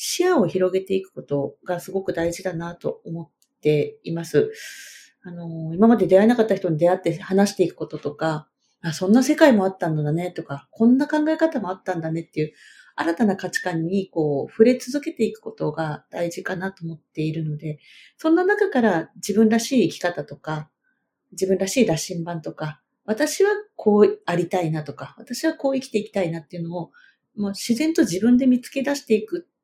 視野を広げていくことがすごく大事だなと思っています。今まで出会えなかった人に出会って話していくこととか、そんな世界もあったんだねとか、こんな考え方もあったんだねっていう新たな価値観に触れ続けていくことが大事かなと思っているので、そんな中から自分らしい生き方とか、自分らしい羅針盤とか、私はこうありたいなとか、私はこう生きていきたいなっていうのを、もう自然と自分で見つけ出していく。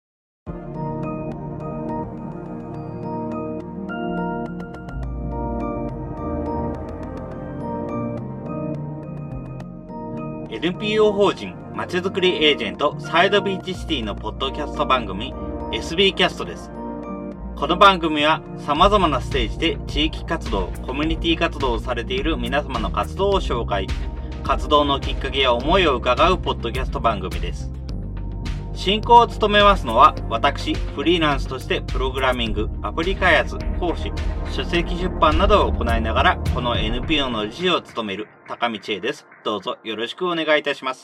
NPO 法人まちづくりエージェントサイドビーチシティのポッドキャスト番組 SB キャストです。この番組は様々なステージで地域活動、コミュニティ活動をされている皆様の活動を紹介、活動のきっかけや思いを伺うポッドキャスト番組です。進行を務めますのは私、フリーランスとしてプログラミング、アプリ開発、講師、書籍出版などを行いながらこの NPO の理事を務める高道恵です。どうぞよろしくお願いいたします。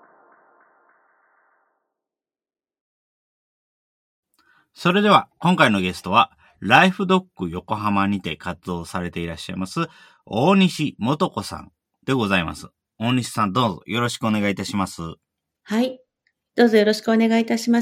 それでは今回のゲストはライフドッグ横浜にて活動されていらっしゃいます大西素子さんでございます。大西さん、どうぞよろしくお願いいたします。 はい。どうぞよろしくお願いいたします。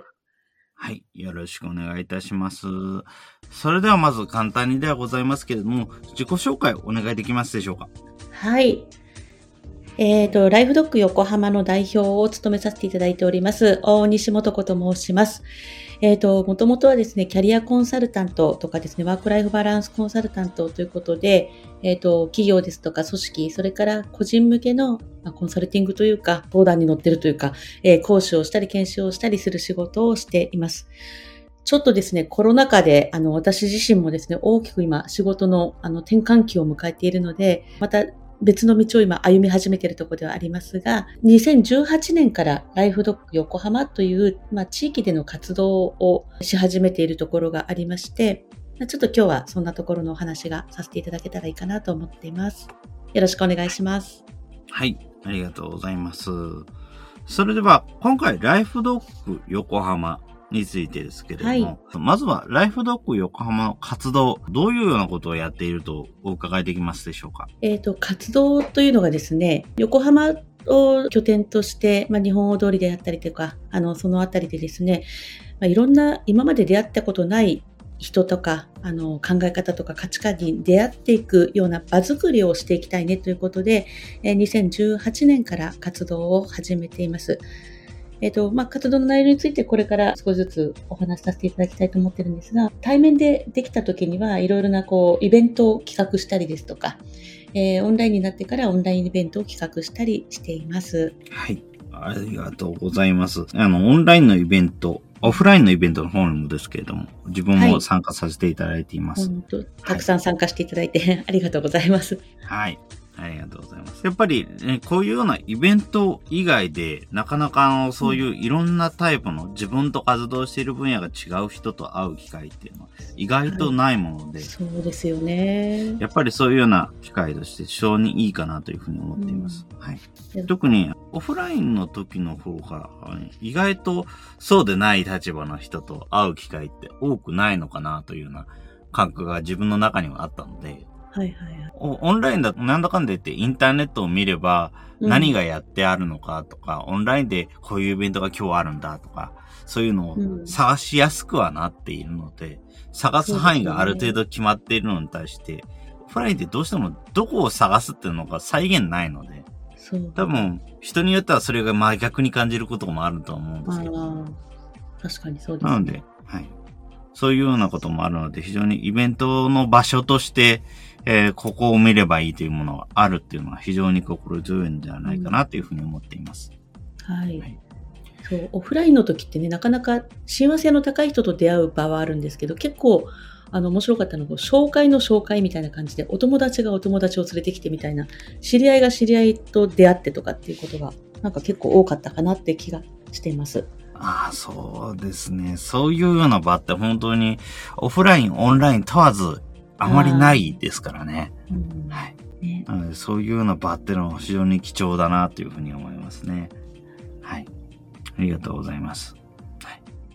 はい。よろしくお願いいたします。それではまず簡単にではございますけれども、自己紹介お願いできますでしょうか。 はい。ライフドッグ横浜の代表を務めさせていただいております、大西素子と申します。もともとはですね、キャリアコンサルタントとかですね、ワークライフバランスコンサルタントということで、企業ですとか組織、それから個人向けのコンサルティングというか、相談に乗ってるというか、講師をしたり研修をしたりする仕事をしています。ちょっとですね、コロナ禍で、私自身もですね、大きく今、仕事の、転換期を迎えているので、また、別の道を今歩み始めているところではありますが、2018年からライフドッグ横浜という、地域での活動をし始めているところがありまして、ちょっと今日はそんなところのお話がさせていただけたらいいかなと思っています。よろしくお願いします。 はい、ありがとうございます。それでは今回ライフドッグ横浜についてですけれども、はい、まずはライフドッグ横浜の活動、どういうようなことをやっているとお伺いできますでしょうか。 活動というのがですね、横浜を拠点として、日本大通りであったりとか、そのあたりでですね、いろんな今まで出会ったことない人とか、考え方とか価値観に出会っていくような場作りをしていきたいねということで、2018年から活動を始めています。活動の内容についてこれから少しずつお話しさせていただきたいと思ってるんですが、対面でできた時にはいろいろなイベントを企画したりですとか、オンラインになってからオンラインイベントを企画したりしています。 はい。ありがとうございます。オンラインのイベント、オフラインのイベントの方にもですけれども、自分も参加させていただいています。 本当、たくさん参加していただいて、ありがとうございます。 はい。ありがとうございます。やっぱり、こういうようなイベント以外で、なかなかそういういろんなタイプの自分と活動している分野が違う人と会う機会っていうのは意外とないもので、 そうですよね。 やっぱりそういうような機会として非常にいいかなというふうに思っています。はい。特にオフラインの時の方が、意外とそうでない立場の人と会う機会って多くないのかなというような感覚が自分の中にはあったので、 はいはいはい。 オンラインだとなんだかんだ言ってインターネットを見れば何がやってあるのかとか、オンラインでこういうイベントが今日あるんだとか、そういうのを探しやすくはなっているので、探す範囲がある程度決まっているのに対して、オフラインってどうしてもどこを探すっていうのが再現ないので、多分人によってはそれが真逆に感じることもあると思うんですけど。 確かにそうですね。 なので、はい。そういうようなこともあるので、非常にイベントの場所として、ここを見ればいいというものがあるっていうのは非常に心強いんではないかなというふうに思っています。 はい。そう、オフラインの時ってね、なかなか親和性の高い人と出会う場はあるんですけど、結構、面白かったのが、紹介の紹介みたいな感じで、お友達がお友達を連れてきてみたいな、知り合いが知り合いと出会ってとかっていうことが、なんか結構多かったかなって気がしています。 ああ、そうですね。そういうような場って本当にオフライン、オンライン問わずあまりないですからね。はい。ね、なのでそういうような場っていうのは非常に貴重だなというふうに思いますね。はい。ありがとうございます。はい。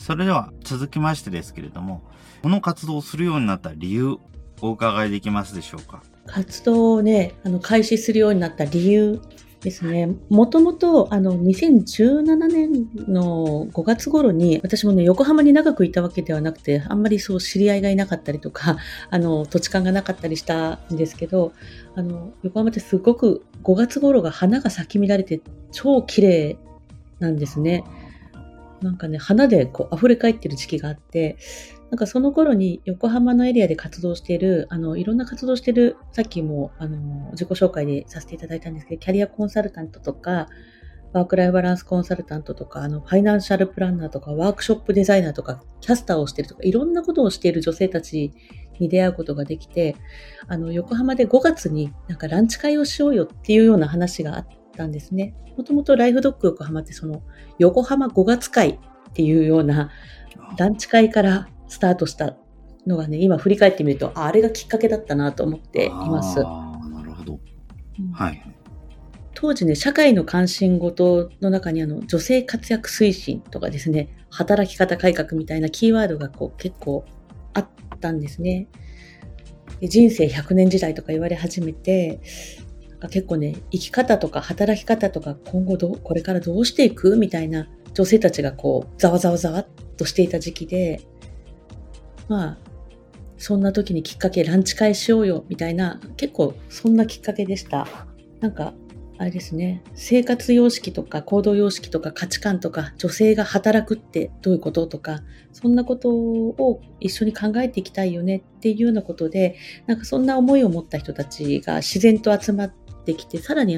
それでは続きましてですけれども、この活動をするようになった理由、お伺いできますでしょうか？ 活動をね、開始するようになった理由ですね。もともと、2017年の5月頃に、私もね、横浜に長くいたわけではなくて、あんまりそう知り合いがいなかったりとか、土地勘がなかったりしたんですけど、横浜ってすごく5月頃が花が咲き乱れて超綺麗なんですね。なんかね、花でこう溢れ返ってる時期があって、なんかその頃に横浜のエリアで活動している、いろんな活動している、さっきも自己紹介でさせていただいたんですけど、キャリアコンサルタントとか、ワークライフバランスコンサルタントとか、ファイナンシャルプランナーとか、ワークショップデザイナーとか、キャスターをしているとか、いろんなことをしている女性たちに出会うことができて、横浜で5月になんかランチ会をしようよっていうような話があったんですね。もともとライフドッグ横浜ってその横浜5月会っていうようなランチ会からスタートしたのがね、今振り返ってみると、あれがきっかけだったなと思っています。 なるほど。はい。 当時ね、社会の関心事の中に女性活躍推進とかですね、働き方改革みたいなキーワードがこう結構あったんですね。で人生100年時代とか言われ始めて、なんか結構ね、生き方とか働き方とか今後これからどうしていくみたいな女性たちがこうざわざわざわっとしていた時期で、まあ、そんな時にきっかけランチ会しようよみたいな、結構そんなきっかけでした。なんか、あれですね、生活様式とか行動様式とか価値観とか女性が働くってどういうこととか、そんなことを一緒に考えていきたいよねっていうようなことで、なんかそんな思いを持った人たちが自然と集まってきて、さらに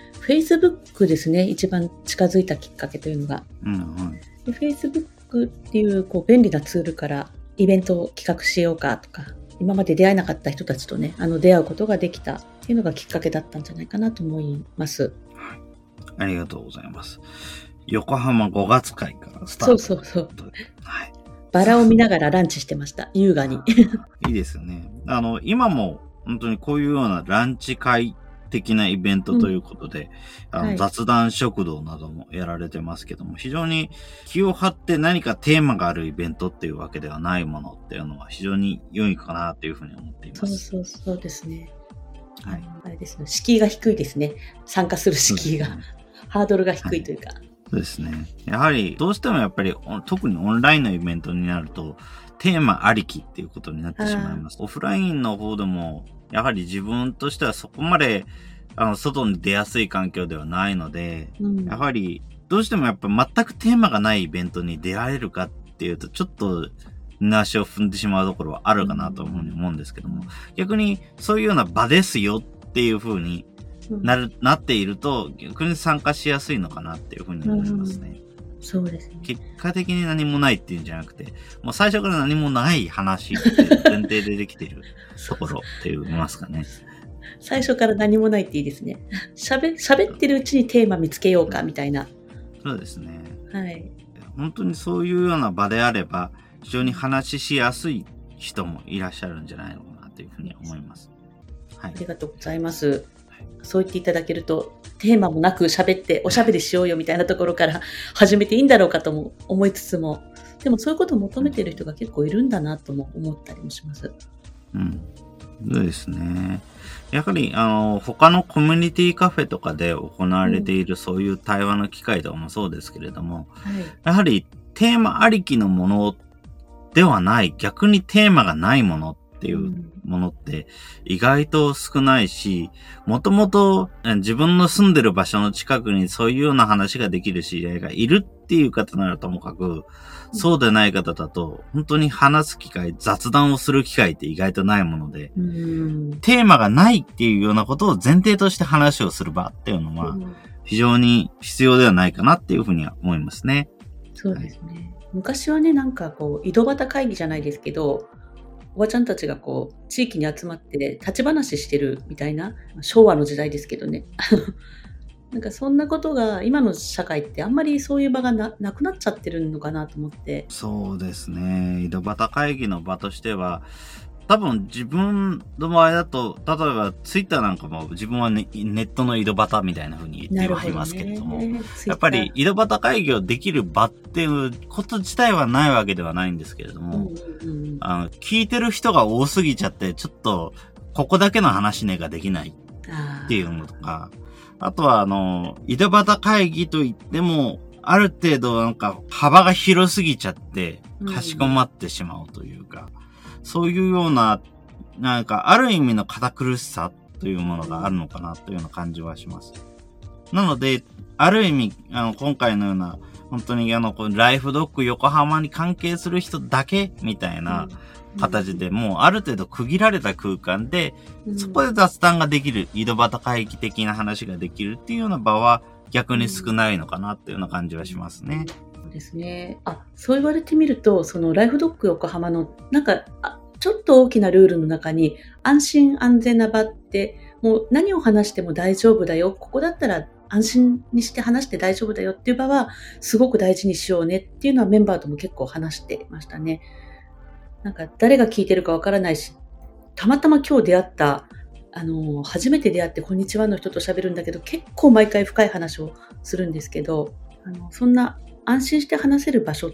Facebook ですね、一番近づいたきっかけというのが。で Facebook っていうこう便利なツールからイベントを企画しようかとか、今まで出会えなかった人たちとね、出会うことができたっていうのがきっかけだったんじゃないかなと思います。 はい。ありがとうございます。横浜5月会からスタート。 そう。 はい。 バラを見ながらランチしてました。優雅に。 いいですよね。今も本当にこういうようなランチ会的なイベントということで、雑談食堂などもやられてますけども、非常に気を張って何かテーマがあるイベントっていうわけではないものっていうのは非常に良いかなというふうに思っています。 そうですね。 はい。 あれですね。敷居が低いですね。参加する敷居が。ハードルが低いというか。 そうですね。やはり、どうしてもやっぱり、特にオンラインのイベントになると、テーマありきっていうことになってしまいます。オフラインの方でも、やはり自分としてはそこまで、外に出やすい環境ではないので、やはり、どうしてもやっぱ全くテーマがないイベントに出られるかっていうと、ちょっと、足を踏んでしまうところはあるかなと思うんですけども、逆にそういうような場ですよっていう風になっていると、逆に参加しやすいのかなっていう風に思いますね。 そうですね。 結果的に何もないっていうんじゃなくて、もう最初から何もない話って前提でできているところって言いますかね。 最初から何もないっていいですね。喋ってるうちにテーマ見つけようかみたいな。 そうですね。 はい。 本当にそういうような場であれば、非常に話しやすい人もいらっしゃるんじゃないのかなというふうに思います。 はい。ありがとうございます。そう言っていただけると、テーマもなく喋っておしゃべりしようよみたいなところから始めていいんだろうかとも思いつつも、でもそういうことを求めている人が結構いるんだなとも思ったりもします。 そうですね。やはり、他のコミュニティカフェとかで行われているそういう対話の機会とかもそうですけれども、やはりテーマありきのものではない、逆にテーマがないものっていうものって意外と少ないし、もともと自分の住んでる場所の近くにそういうような話ができる知り合いがいるっていう方ならともかく、そうでない方だと本当に話す機会、雑談をする機会って意外とないもので、テーマがないっていうようなことを前提として話をする場っていうのは非常に必要ではないかなっていうふうには思いますね。 そうですね。昔はね、なんかこう井戸端会議じゃないですけど、おばちゃんたちがこう地域に集まって立ち話してるみたいな、昭和の時代ですけどね。なんかそんなことが今の社会ってあんまりそういう場が なくなっちゃってるのかなと思って。 そうですね。井戸端会議の場としては、 多分自分の場合だと、例えばツイッターなんかも自分は、ネットの井戸端みたいな風に言ってはいますけれども、やっぱり井戸端会議をできる場っていうこと自体はないわけではないんですけれども、聞いてる人が多すぎちゃって、ちょっとここだけの話ねができないっていうのとか、あとは井戸端会議といっても、ある程度なんか幅が広すぎちゃって、かしこまってしまうというか、そういうような、なんかある意味の堅苦しさというものがあるのかなというような感じはします。なので、ある意味、今回のような、本当にライフドッグ横浜に関係する人だけみたいな形で、もうある程度区切られた空間で、そこで雑談ができる、井戸端会議的な話ができるっていうような場は逆に少ないのかなっていうような感じはしますね。 そうですね。そう言われてみると、そのライフドッグ横浜の、なんか、ちょっと大きなルールの中に、安心安全な場って、もう何を話しても大丈夫だよ。ここだったら安心にして話して大丈夫だよっていう場は、すごく大事にしようねっていうのはメンバーとも結構話してましたね。なんか誰が聞いてるかわからないし、たまたま今日出会った、初めて出会ってこんにちはの人と喋るんだけど、結構毎回深い話をするんですけど、そんな安心して話せる場所って、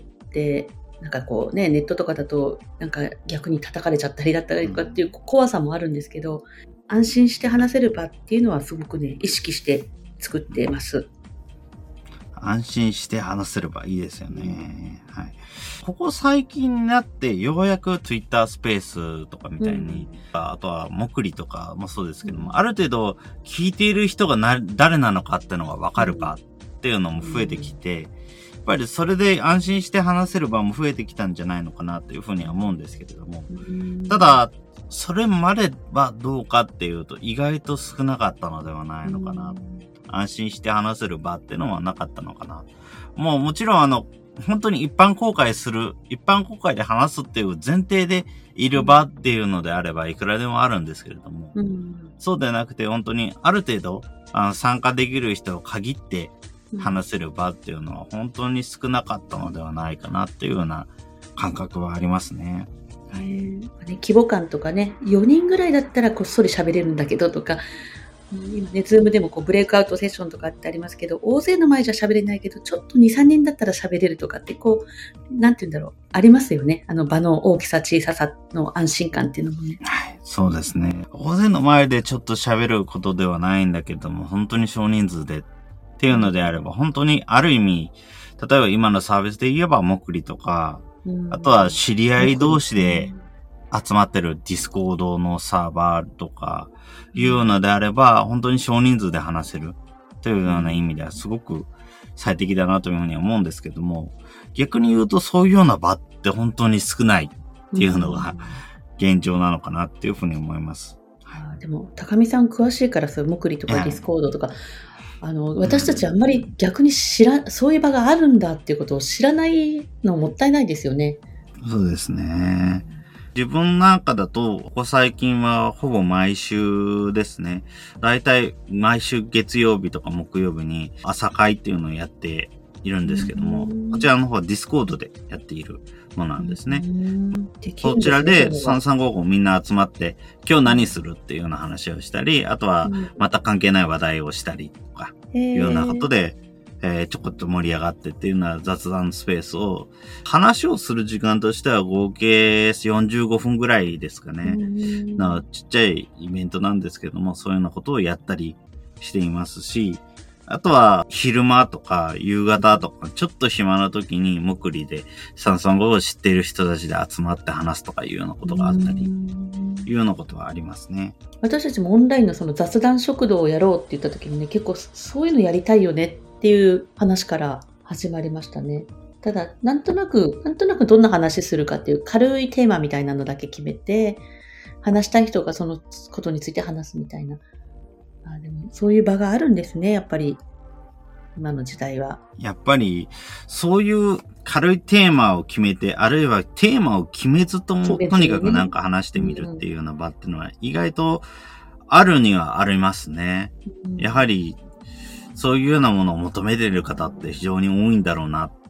なんかこうね、ネットとかだと、なんか逆に叩かれちゃったりだったりとかっていう怖さもあるんですけど、安心して話せる場っていうのはすごくね、意識して作ってます。 安心して話せればいいですよね。はい。ここ最近になってようやく Twitter スペースとかみたいに、あとはモクリとかもそうですけども、ある程度聞いている人が誰なのかっていうのがわかる場っていうのも増えてきて、やっぱりそれで安心して話せる場も増えてきたんじゃないのかなというふうには思うんですけれども、ただ、それまではどうかっていうと意外と少なかったのではないのかな。安心して話せる場っていうのはなかったのかな。もちろん本当に一般公開で話すっていう前提でいる場っていうのであればいくらでもあるんですけれども、そうではなくて本当にある程度参加できる人を限って話せる場っていうのは本当に少なかったのではないかなっていうような感覚はありますね。 規模感とかね、4人ぐらいだったらこっそり喋れるんだけどとか、今ね、ズームでもブレイクアウトセッションとかってありますけど、大勢の前じゃ喋れないけど、ちょっと2、3人だったら喋れるとかってなんて言うんだろう、ありますよね。場の大きさ、小ささの安心感っていうのもね。 はい、そうですね。大勢の前でちょっと喋ることではないんだけども、本当に少人数でっていうのであれば、本当にある意味、例えば今のサービスで言えば、モクリとか、あとは知り合い同士で集まってるディスコードのサーバーとか、いうのであれば、本当に少人数で話せるというような意味ではすごく最適だなというふうに思うんですけども、逆に言うとそういうような場って本当に少ないっていうのが現状なのかなっていうふうに思います。 でも、高見さん詳しいからモクリとかディスコードとか、私たちあんまり逆にそういう場があるんだっていうことを知らないのもったいないですよね。 そうですね。自分なんかだと、ここ最近はほぼ毎週ですね。だいたい毎週月曜日とか木曜日に朝会っていうのをやっているんですけども、こちらの方はディスコードでやっているものなんですね。そちらで3355みんな集まって、今日何するっていうような話をしたり、あとはまた関係ない話題をしたりとか、いうようなことで、ちょこっと盛り上がってっていうような雑談スペースを、話をする時間としては合計45分ぐらいですかね。ちっちゃいイベントなんですけども、そういうようなことをやったりしていますし、あとは昼間とか夕方とか、ちょっと暇な時にモクリで335を知っている人たちで集まって話すとかいうようなことがあったり、いうようなことはありますね。 私たちもオンラインのその雑談食堂をやろうって言った時にね、結構そういうのやりたいよねっていう話から始まりましたね。ただ、なんとなくどんな話するかっていう軽いテーマみたいなのだけ決めて、話したい人がそのことについて話すみたいな。でもそういう場があるんですね、やっぱり。今の時代は。 やっぱり、そういう軽いテーマを決めて、あるいはテーマを決めずとも、とにかくなんか話してみるっていうような場っていうのは、意外とあるにはありますね。やはり、そういうようなものを求めている方って非常に多いんだろうなっ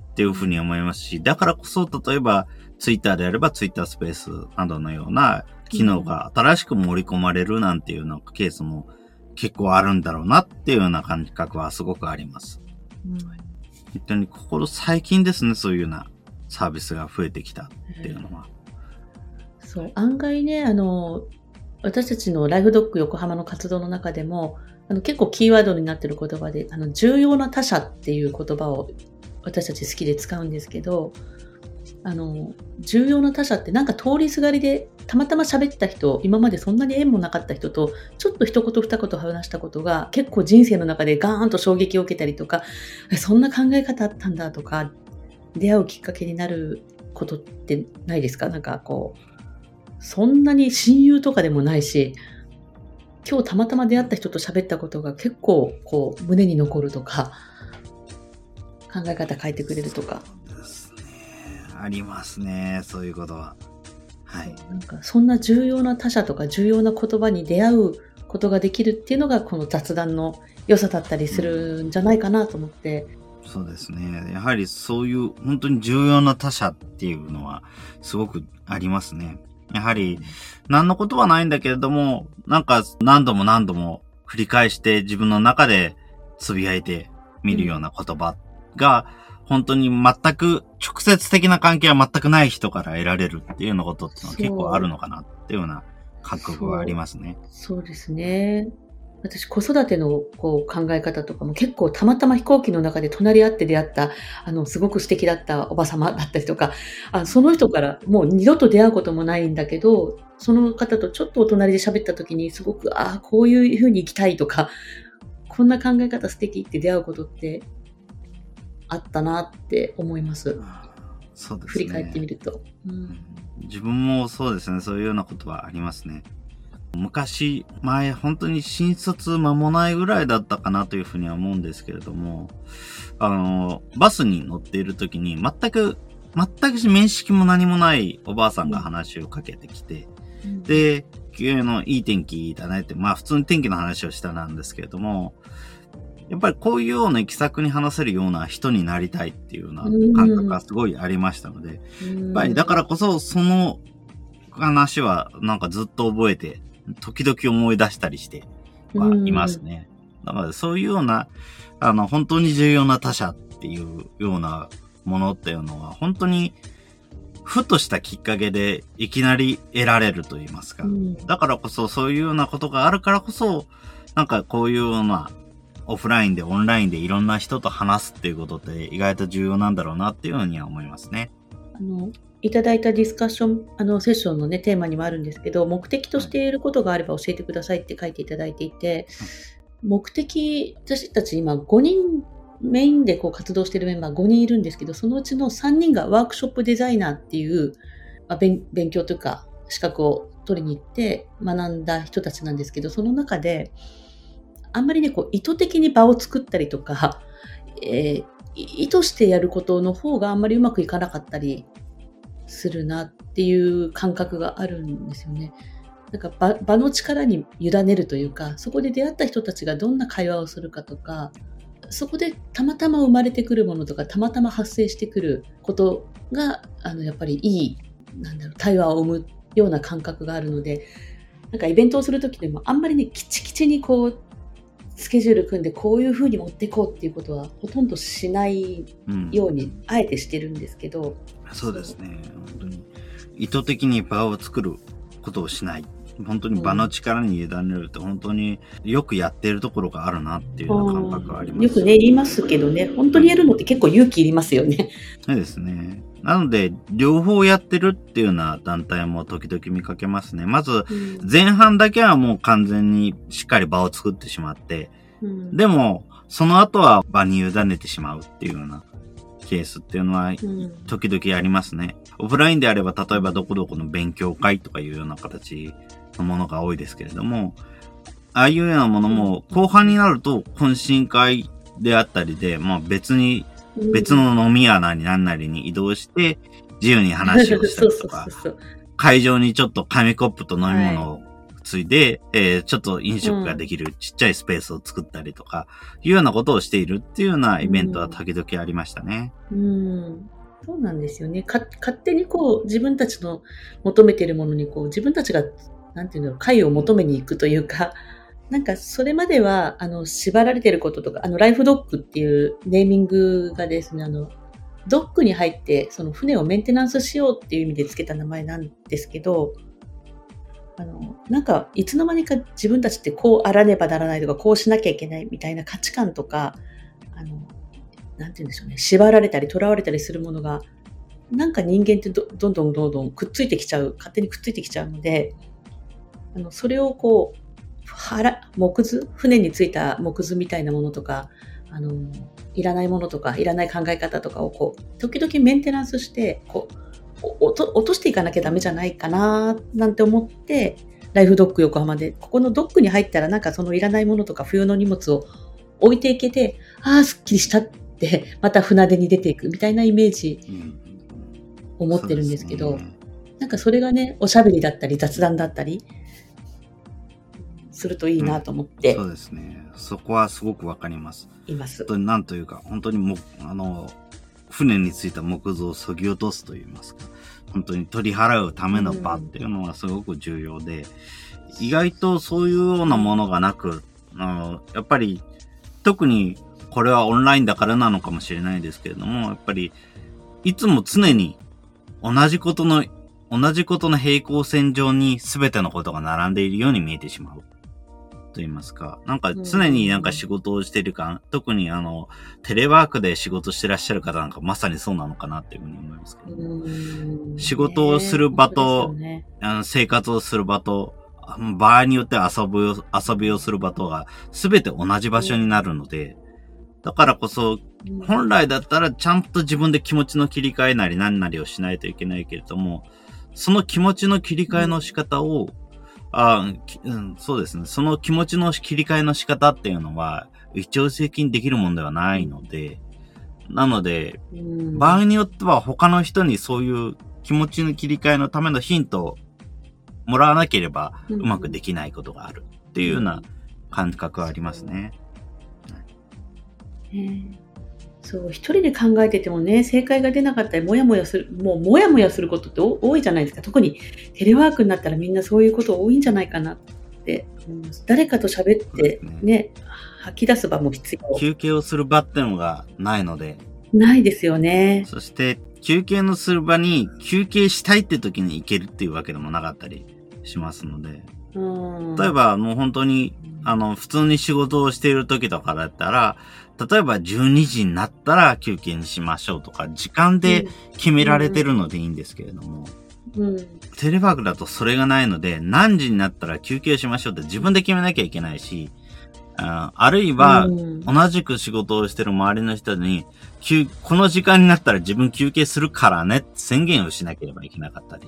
っていうふうに思いますし、だからこそ、例えば、ツイッターであればツイッタースペースなどのような機能が新しく盛り込まれるなんていうようなケースも結構あるんだろうなっていうような感覚はすごくあります。本当にここ最近ですね、そういうようなサービスが増えてきたっていうのは。 そう、案外ね、私たちのライフドッグ横浜の活動の中でも、結構キーワードになっている言葉で、重要な他者っていう言葉を私たち好きで使うんですけど、重要な他者ってなんか通りすがりでたまたま喋った人、今までそんなに縁もなかった人とちょっと一言二言話したことが結構人生の中でガーンと衝撃を受けたりとか、そんな考え方あったんだとか、出会うきっかけになることってないですか？なんかこう、そんなに親友とかでもないし、今日たまたま出会った人と喋ったことが結構こう胸に残るとか、考え方変えてくれるとか。 そうですね。ありますね、そういうことは。はい。 なんかそんな重要な他者とか重要な言葉に出会うことができるっていうのがこの雑談の良さだったりするんじゃないかなと思って。 そうですね。やはりそういう本当に重要な他者っていうのはすごくありますね。やはり何のことはないんだけれども、なんか何度も何度も繰り返して自分の中でつぶやいてみるような言葉が、本当に全く直接的な関係は全くない人から得られるっていうようなことっていうのは結構あるのかなっていうような感覚はありますね。 そうですね。私子育てのこう考え方とかも結構たまたま飛行機の中で隣り合って出会ったすごく素敵だったおばさまだったりとか、その人からもう二度と出会うこともないんだけど、その方とちょっとお隣で喋った時にすごくこういう風に生きたいとか、こんな考え方素敵って出会うことってあったなって思います。 そうですね。 振り返ってみると、 自分もそうですね。そういうようなことはありますね。昔、前、本当に新卒間もないぐらいだったかなというふうには思うんですけれども、バスに乗っている時に全く面識も何もないおばあさんが話をかけてきて、で、いい天気だねって、まあ普通に天気の話をしたなんですけれども、やっぱりこういうような気さくに話せるような人になりたいっていうような感覚がすごいありましたので、やっぱりだからこそその話はなんかずっと覚えて、時々思い出したりしてはいますね。だからそういうような、本当に重要な他者っていうようなものっていうのは、本当に、ふとしたきっかけでいきなり得られると言いますか。だからこそそういうようなことがあるからこそ、なんかこういうような、オフラインでオンラインでいろんな人と話すっていうことって意外と重要なんだろうなっていうふうには思いますね。 いただいたディスカッション、セッションのね、テーマにもあるんですけど、目的としていることがあれば教えてくださいって書いていただいていて、目的、私たち今5人、メインでこう活動しているメンバー5人いるんですけど、そのうちの3人がワークショップデザイナーっていう、勉強というか資格を取りに行って学んだ人たちなんですけど、その中で、あんまりね、こう意図的に場を作ったりとか、意図してやることの方があんまりうまくいかなかったりするなっていう感覚があるんですよね。なんか場の力に委ねるというか、そこで出会った人たちがどんな会話をするかとか、そこでたまたま生まれてくるものとか、たまたま発生してくることが、やっぱりいい、対話を生むような感覚があるので、なんかイベントをするときでもあんまりね、きちきちにこう、スケジュール組んでこういう風に持っていこうっていうことはほとんどしないようにあえてしてるんですけど、 そうですね。本当に意図的に場を作ることをしない。本当に場の力に委ねるって本当によくやっているところがあるなっていうような感覚があります。 よくね、言いますけどね、本当にやるのって結構勇気いりますよね。 そうですね。なので、両方やってるっていうような団体も時々見かけますね。まず、前半だけはもう完全にしっかり場を作ってしまって、でも、その後は場に委ねてしまうっていうようなケースっていうのは、時々ありますね。オフラインであれば、例えばどこどこの勉強会とかいうような形のものが多いですけれども、ああいうようなものも、後半になると、懇親会であったりで、まあ別の飲み屋なりなんなりに移動して、自由に話をしたりとか、会場にちょっと紙コップと飲み物をついで、ちょっと飲食ができるちっちゃいスペースを作ったりとか、いうようなことをしているっていうようなイベントは時々ありましたね。 そうなんですよね。勝手にこう、自分たちの求めているものにこう、自分たちが、なんていうの、解を求めに行くというか、なんかそれまでは、縛られていることとか、ライフドッグっていうネーミングがですね、ドックに入って、その船をメンテナンスしようっていう意味でつけた名前なんですけど、なんか、いつの間にか自分たちってこうあらねばならないとか、こうしなきゃいけないみたいな価値観とか、なんて言うんでしょうね、縛られたり、囚われたりするものが、なんか人間ってどんどんくっついてきちゃう、勝手にくっついてきちゃうので、それをこう、木図、船についた木図みたいなものとか、いらないものとか、いらない考え方とかをこう、時々メンテナンスして、こう、落としていかなきゃダメじゃないかな、なんて思って、ライフドッグ横浜で、ここのドッグに入ったらなんかそのいらないものとか不要の荷物を置いていけて、すっきりしたって、また船出に出ていくみたいなイメージを持ってるんですけど、なんかそれがね、おしゃべりだったり雑談だったりするといいなと思って。 そうですね。そこはすごくわかります。本当になんというか、本当に船についた木造を削ぎ落とすといいますか、本当に取り払うための場っていうのはすごく重要で、意外とそういうようなものがなく、やっぱり特にこれはオンラインだからなのかもしれないですけれども、やっぱりいつも常に同じことの平行線上に全てのことが並んでいるように見えてしまう。と言いますか、なんか常になんか仕事をしているか、特にテレワークで仕事してらっしゃる方なんかまさにそうなのかなっていうふうに思いますけど、仕事をする場と、生活をする場と、場合によっては遊びをする場とが全て同じ場所になるので、だからこそ、本来だったらちゃんと自分で気持ちの切り替えなり何なりをしないといけないけれども、その気持ちの切り替えの仕方を、そうですね。その気持ちの切り替えの仕方っていうのは、一朝一夕にできるものではないので、なので、場合によっては他の人にそういう気持ちの切り替えのためのヒントをもらわなければうまくできないことがあるっていうような感覚はありますね。 そう、一人で考えててもね、正解が出なかったり、もやもやすることって多いじゃないですか。特にテレワークになったらみんなそういうこと多いんじゃないかなって思います。誰かと喋ってね、吐き出す場も必要。 休憩をする場ってのがないので。 ないですよね。 そして、休憩のする場に休憩したいって時に行けるっていうわけでもなかったりしますので。例えばもう本当に、普通に仕事をしている時とかだったら、例えば12時になったら休憩にしましょうとか、時間で決められてるのでいいんですけれども、テレワークだとそれがないので、何時になったら休憩しましょうって自分で決めなきゃいけないし、あるいは、同じく仕事をしてる周りの人に、この時間になったら自分休憩するからねって宣言をしなければいけなかったり。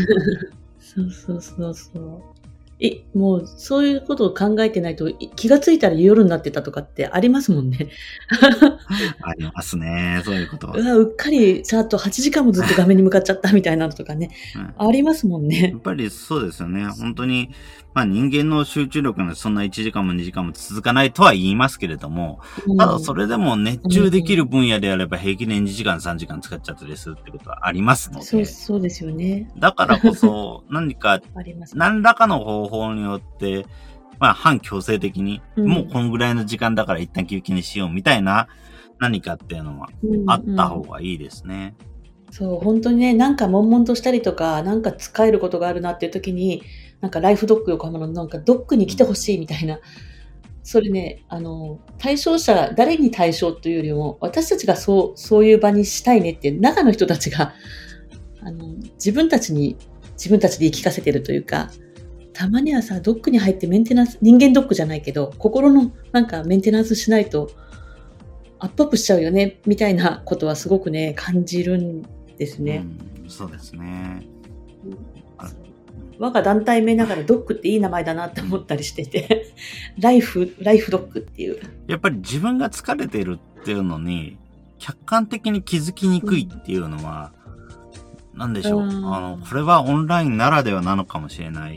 そう。もうそういうことを考えてないと気がついたら夜になってたとかってありますもんね。 ありますね、そういうことは。 うっかりさっと8時間もずっと画面に向かっちゃったみたいなのとかね、ありますもんね。 やっぱりそうですよね。本当に、人間の集中力がそんな1時間も2時間も続かないとは言いますけれども、ただそれでも熱中できる分野であれば平気で2時間3時間使っちゃったりするってことはありますので。 そうですよね。 だからこそ、何らかの方法によって、反強制的に、もうこのぐらいの時間だから一旦休憩にしようみたいな何かっていうのはあった方がいいですね。 そう、本当にね、なんか悶々としたりとか、なんか使えることがあるなっていう時に、なんかライフドッグ横浜のなんかドッグに来てほしいみたいな、それね、対象者、誰に対象というよりも、私たちがそういう場にしたいねって中の人たちが、自分たちで言い聞かせてるというか、たまにはさ、ドッグに入ってメンテナンス、人間ドッグじゃないけど、心のなんかメンテナンスしないと、アップアップしちゃうよね、みたいなことはすごくね、感じるんですね。 そうですね。 我が団体名ながらドッグっていい名前だなって思ったりしてて、ライフドッグっていう。 やっぱり自分が疲れてるっていうのに、客観的に気づきにくいっていうのは、なんでしょう。これはオンラインならではなのかもしれないっ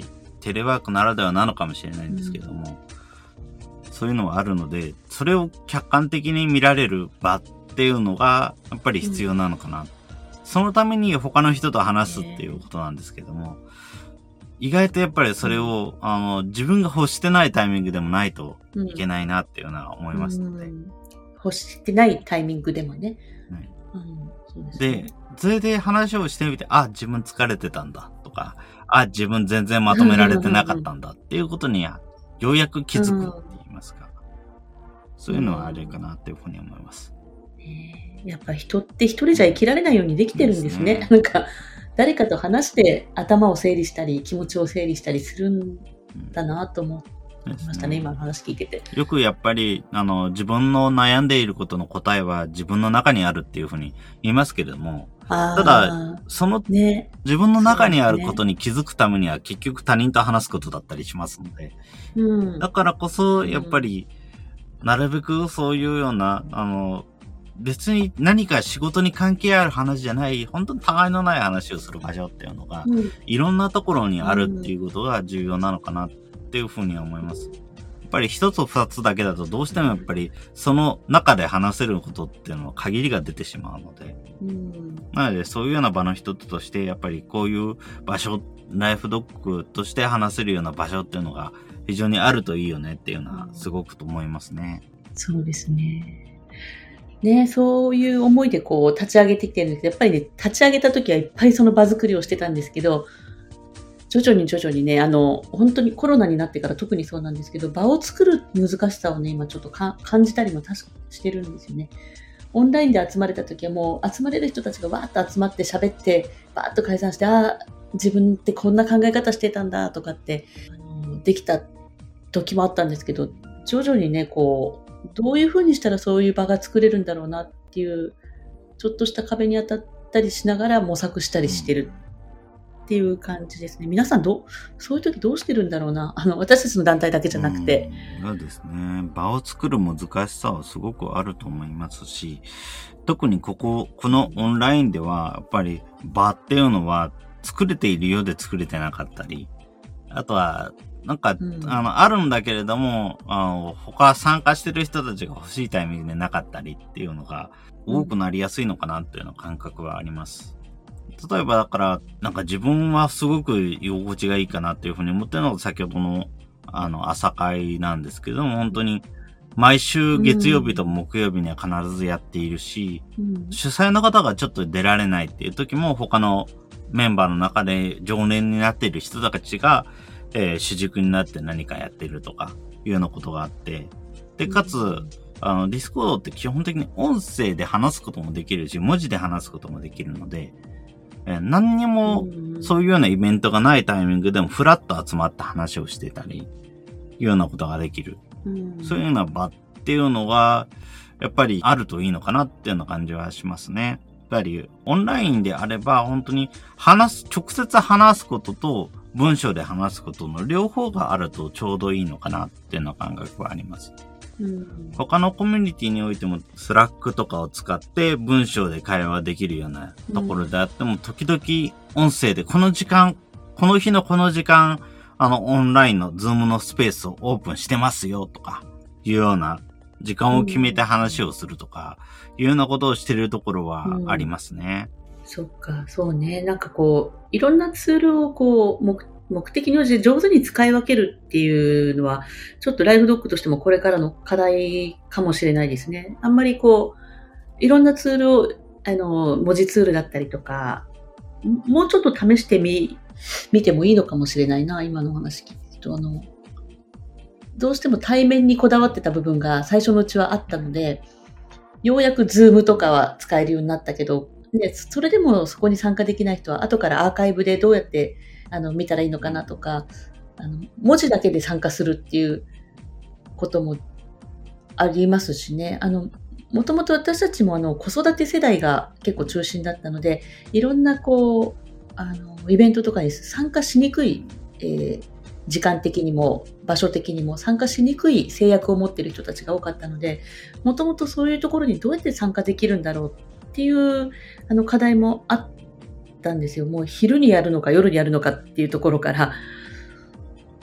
テレワークならではなのかもしれないんですけども、そういうのはあるので、それを客観的に見られる場っていうのがやっぱり必要なのかな。そのために他の人と話すっていうことなんですけども、意外とやっぱりそれを、自分が欲してないタイミングでもないといけないなっていうのは思いますので。 欲してないタイミングでもね。 そうですね。で、それで話をしてみて、自分疲れてたんだとか、自分全然まとめられてなかったんだっていうことにようやく気づくって言いますか。そういうのはあるかなっていうふうに思います。 やっぱ人って一人じゃ生きられないようにできてるんですね。なんか、誰かと話して頭を整理したり、気持ちを整理したりするんだなと思いましたね、今の話聞いてて。 よくやっぱり、自分の悩んでいることの答えは自分の中にあるっていうふうに言いますけれども、ただ、自分の中にあることに気づくためには結局他人と話すことだったりしますので、だからこそ、やっぱり、なるべくそういうような、別に何か仕事に関係ある話じゃない、本当にたわいのない話をする場所っていうのが、いろんなところにあるっていうことが重要なのかなっていうふうには思います。やっぱり一つ二つだけだとどうしてもやっぱりその中で話せることっていうのは限りが出てしまうので、なのでそういうような場の一つとしてやっぱりこういう場所、ライフドッグとして話せるような場所っていうのが非常にあるといいよねっていうのはすごくと思いますね。 そうですね。そういう思いで立ち上げてきてるんですけど、やっぱりね、立ち上げた時はいっぱいその場作りをしてたんですけど、徐々にね、本当にコロナになってから特にそうなんですけど、場を作る難しさをね、今ちょっと感じたりもしてるんですよね。オンラインで集まれた時はもう集まれる人たちがわーっと集まって喋って、バーッと解散して、自分ってこんな考え方してたんだとかって、できた時もあったんですけど、徐々にね、どういう風にしたらそういう場が作れるんだろうなっていう、ちょっとした壁に当たったりしながら模索したりしてるっていう感じですね。皆さんそういう時どうしてるんだろうな。私たちの団体だけじゃなくて。 そうですね。場を作る難しさはすごくあると思いますし、特にこのオンラインでは、やっぱり場っていうのは作れているようで作れてなかったり、あとは、なんか、あるんだけれども、他参加してる人たちが欲しいタイミングでなかったりっていうのが多くなりやすいのかなっていうの感覚はあります。例えばだから、なんか自分はすごく居心地がいいかなっていうふうに思ってるのが先ほどの、朝会なんですけども、本当に毎週月曜日と木曜日には必ずやっているし、主催の方がちょっと出られないっていう時も他のメンバーの中で常連になっている人たちが、主軸になって何かやってるとかいうようなことがあって、で、かつ、ディスコードって基本的に音声で話すこともできるし、文字で話すこともできるので、何にもそういうようなイベントがないタイミングでもフラッと集まって話をしてたり、いうようなことができる。そういうような場っていうのが、やっぱりあるといいのかなっていうような感じはしますね。やっぱりオンラインであれば本当に直接話すことと文章で話すことの両方があるとちょうどいいのかなっていうの感覚はあります。他のコミュニティにおいてもスラックとかを使って文章で会話できるようなところであっても、時々音声でこの日のこの時間、オンラインのズームのスペースをオープンしてますよとかいうような時間を決めて話をするとかいうようなことをしているところはありますね。 そっか、そうね。なんかいろんなツールを目的に応じて上手に使い分けるっていうのは、ちょっとライフドッグとしてもこれからの課題かもしれないですね。あんまりいろんなツールを、文字ツールだったりとか、もうちょっと試して見てもいいのかもしれないな、今の話聞くと。どうしても対面にこだわってた部分が最初のうちはあったので、ようやくズームとかは使えるようになったけど、それでもそこに参加できない人は後からアーカイブでどうやって見たらいいのかなとか、文字だけで参加するっていうこともありますしね。もともと私たちも子育て世代が結構中心だったので、いろんなイベントとかに参加しにくい、時間的にも場所的にも参加しにくい制約を持っている人たちが多かったので、もともとそういうところにどうやって参加できるんだろうっていう課題もあったんですよ。もう昼にやるのか夜にやるのかっていうところから、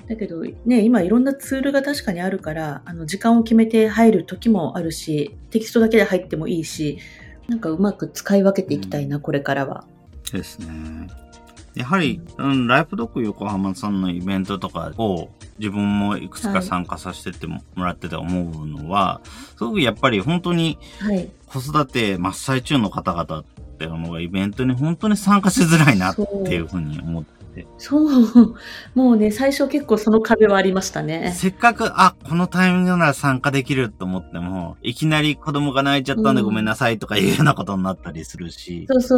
だけどね、今いろんなツールが確かにあるから、時間を決めて入る時もあるし、テキストだけで入ってもいいし、なんかうまく使い分けていきたいな、これからは。 ですね。やはり、ライフドッグ横浜さんのイベントとかを自分もいくつか参加させてってもらってて思うのは、すごくやっぱり本当に子育て真っ最中の方々っていうのがイベントに本当に参加しづらいなっていうふうに思って。 そう。もうね、最初結構その壁はありましたね。 せっかく、このタイミングなら参加できると思っても、いきなり子供が泣いちゃったんでごめんなさいとかいうようなことになったりするし。 そう。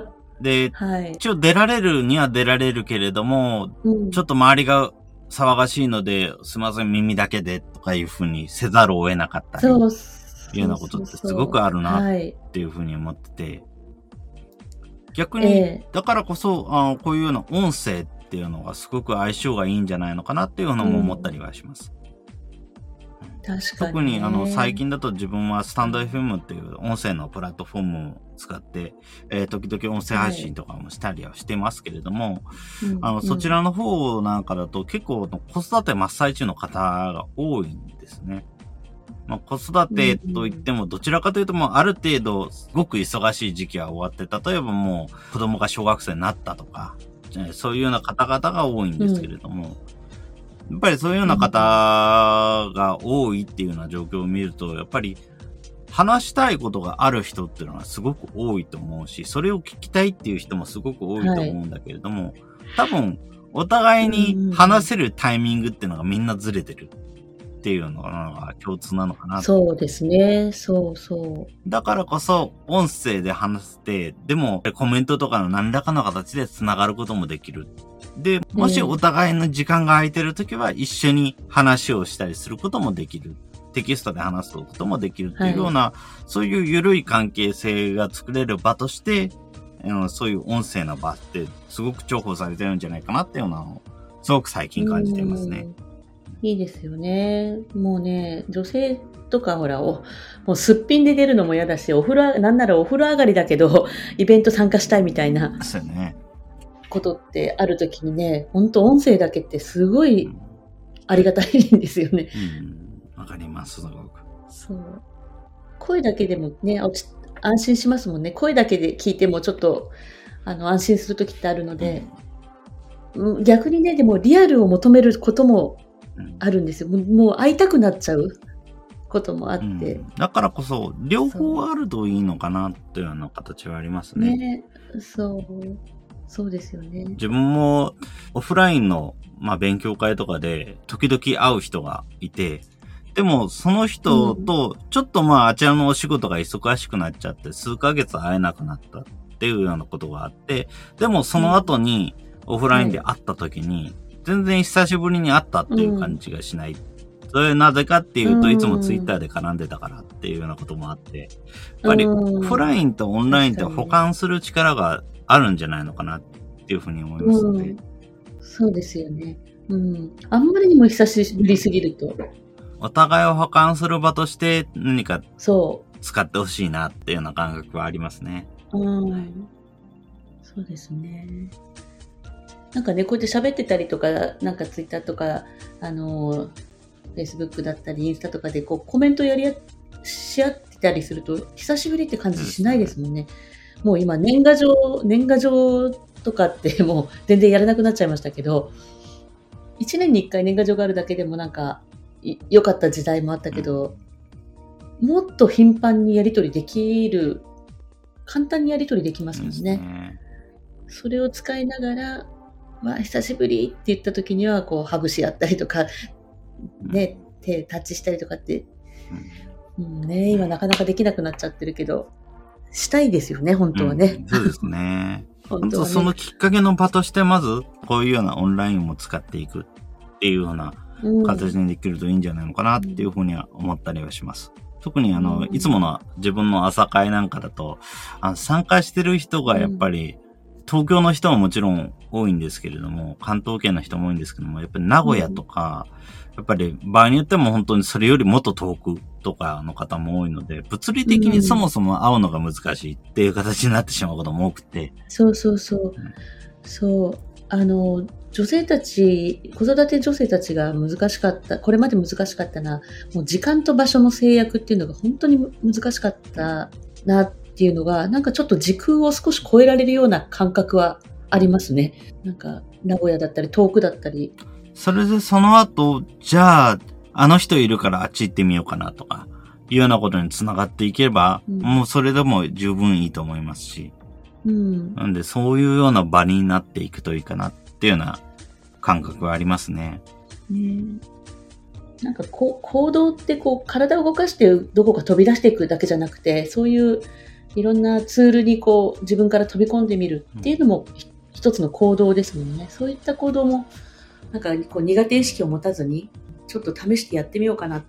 で、一応出られるには出られるけれども、ちょっと周りが騒がしいので、すいません、耳だけでとかいうふうにせざるを得なかったり、いうようなことってすごくあるなっていうふうに思ってて、逆に、だからこそ、こういうような音声っていうのがすごく相性がいいんじゃないのかなっていうのも思ったりはします。 確か特に最近だと自分はスタンド FM っていう音声のプラットフォームを使って、時々音声配信とかもしたりはしてますけれども、そちらの方なんかだと結構子育て真っ最中の方が多いんですね。子育てといってもどちらかというともうある程度すごく忙しい時期は終わって、例えばもう子供が小学生になったとか、そういうような方々が多いんですけれども、やっぱりそういうような方が多いっていうような状況を見ると、やっぱり話したいことがある人っていうのはすごく多いと思うし、それを聞きたいっていう人もすごく多いと思うんだけれども、多分お互いに話せるタイミングっていうのがみんなずれてるっていうのが共通なのかな。 そうですね。 だからこそ音声で話して、でもコメントとかの何らかの形で繋がることもできる。で、もしお互いの時間が空いてるときは一緒に話をしたりすることもできる。テキストで話すこともできるっていうような、そういう緩い関係性が作れる場として、そういう音声の場ってすごく重宝されてるんじゃないかなっていうのをすごく最近感じていますね。 いいですよね。もうね、女性とかほら、もうすっぴんで出るのも嫌だし、なんならお風呂上がりだけど、イベント参加したいみたいなことってあるときにね、本当音声だけってすごいありがたいんですよね。 わかります、すごく。 そう。声だけでもね、安心しますもんね。声だけで聞いてもちょっと、安心するときってあるので、逆にね、でもリアルを求めることもあるんですよ。もう会いたくなっちゃうこともあって。 だからこそ、両方あるといいのかなっていうような形はありますね。 ね、そうですよね。 自分もオフラインの、勉強会とかで時々会う人がいて、でもその人とちょっとあちらのお仕事が忙しくなっちゃって数ヶ月会えなくなったっていうようなことがあって、でもその後にオフラインで会った時に、全然久しぶりに会ったっていう感じがしない。それなぜかっていうと、いつもツイッターで絡んでたからっていうようなこともあって、やっぱりオフラインとオンラインって補完する力があるんじゃないのかなっていうふうに思いますね。 そうですよね。あんまりにも久しぶりすぎると。 お互いを補完する場として何か使ってほしいなっていうような感覚はありますね。 そうですね。なんかね、こうやって喋ってたりとか、なんかツイッターとか、Facebook だったり、インスタとかでこうコメントし合ってたりすると、久しぶりって感じしないですもんね。もう今、年賀状とかってもう全然やらなくなっちゃいましたけど、1年に1回年賀状があるだけでもなんか、良かった時代もあったけど、もっと頻繁にやり取りできる、簡単にやり取りできますもんね。それを使いながら、久しぶりって言った時には、こう、ハグし合ったりとか、ね、手タッチしたりとかって、今なかなかできなくなっちゃってるけど、したいですよね、本当はね。 そうですね。本当そのきっかけの場として、まず、こういうようなオンラインも使っていくっていうような形にできるといいんじゃないのかなっていうふうには思ったりはします。特にいつもの自分の朝会なんかだと、参加してる人がやっぱり、東京の人はもちろん多いんですけれども、関東圏の人も多いんですけども、やっぱり名古屋とか、やっぱり場合によっても本当にそれよりもっと遠くとかの方も多いので、物理的にそもそも会うのが難しいっていう形になってしまうことも多くて。 そう。女女性たち、子育て女性たちが難しかった、これまで難しかったな、もう時間と場所の制約っていうのが本当に難しかったなっていうのが、なんかちょっと時空を少し超えられるような感覚はありますね。なんか名古屋だったり遠くだったり。 それでその後、じゃあ、あの人いるからあっち行ってみようかなとか、いうようなことに繋がっていけば、もうそれでも十分いいと思いますし。なんでそういうような場になっていくといいかなっていうような感覚はありますね。 なんか行動って体を動かしてどこか飛び出していくだけじゃなくて、そういういろんなツールに自分から飛び込んでみるっていうのも一つの行動ですもんね。そういった行動もなんか苦手意識を持たずにちょっと試してやってみようかなって、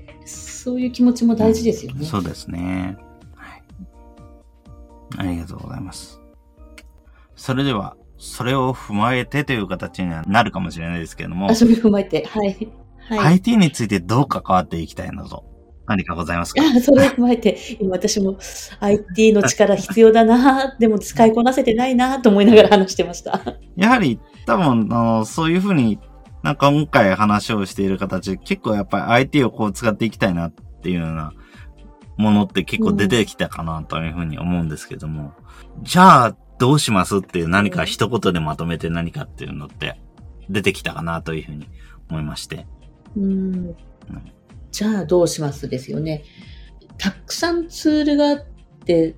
そういう気持ちも大事ですよね。 そうですね。はい。ありがとうございます。それでは、それを踏まえてという形にはなるかもしれないですけれども。 それ踏まえて、はい。はい、 IT についてどう関わっていきたいなど、何かございますか？ それを踏まえて、今私も IT の力必要だな、でも使いこなせてないなと思いながら話してました。 やはり多分、そういうふうになんか今回話をしている形、結構やっぱり IT を使っていきたいなっていうようなものって結構出てきたかなというふうに思うんですけども、じゃあどうしますっていう何か一言でまとめて何かっていうのって出てきたかなというふうに思いまして。 じゃあどうしますですよね。たくさんツールがあって、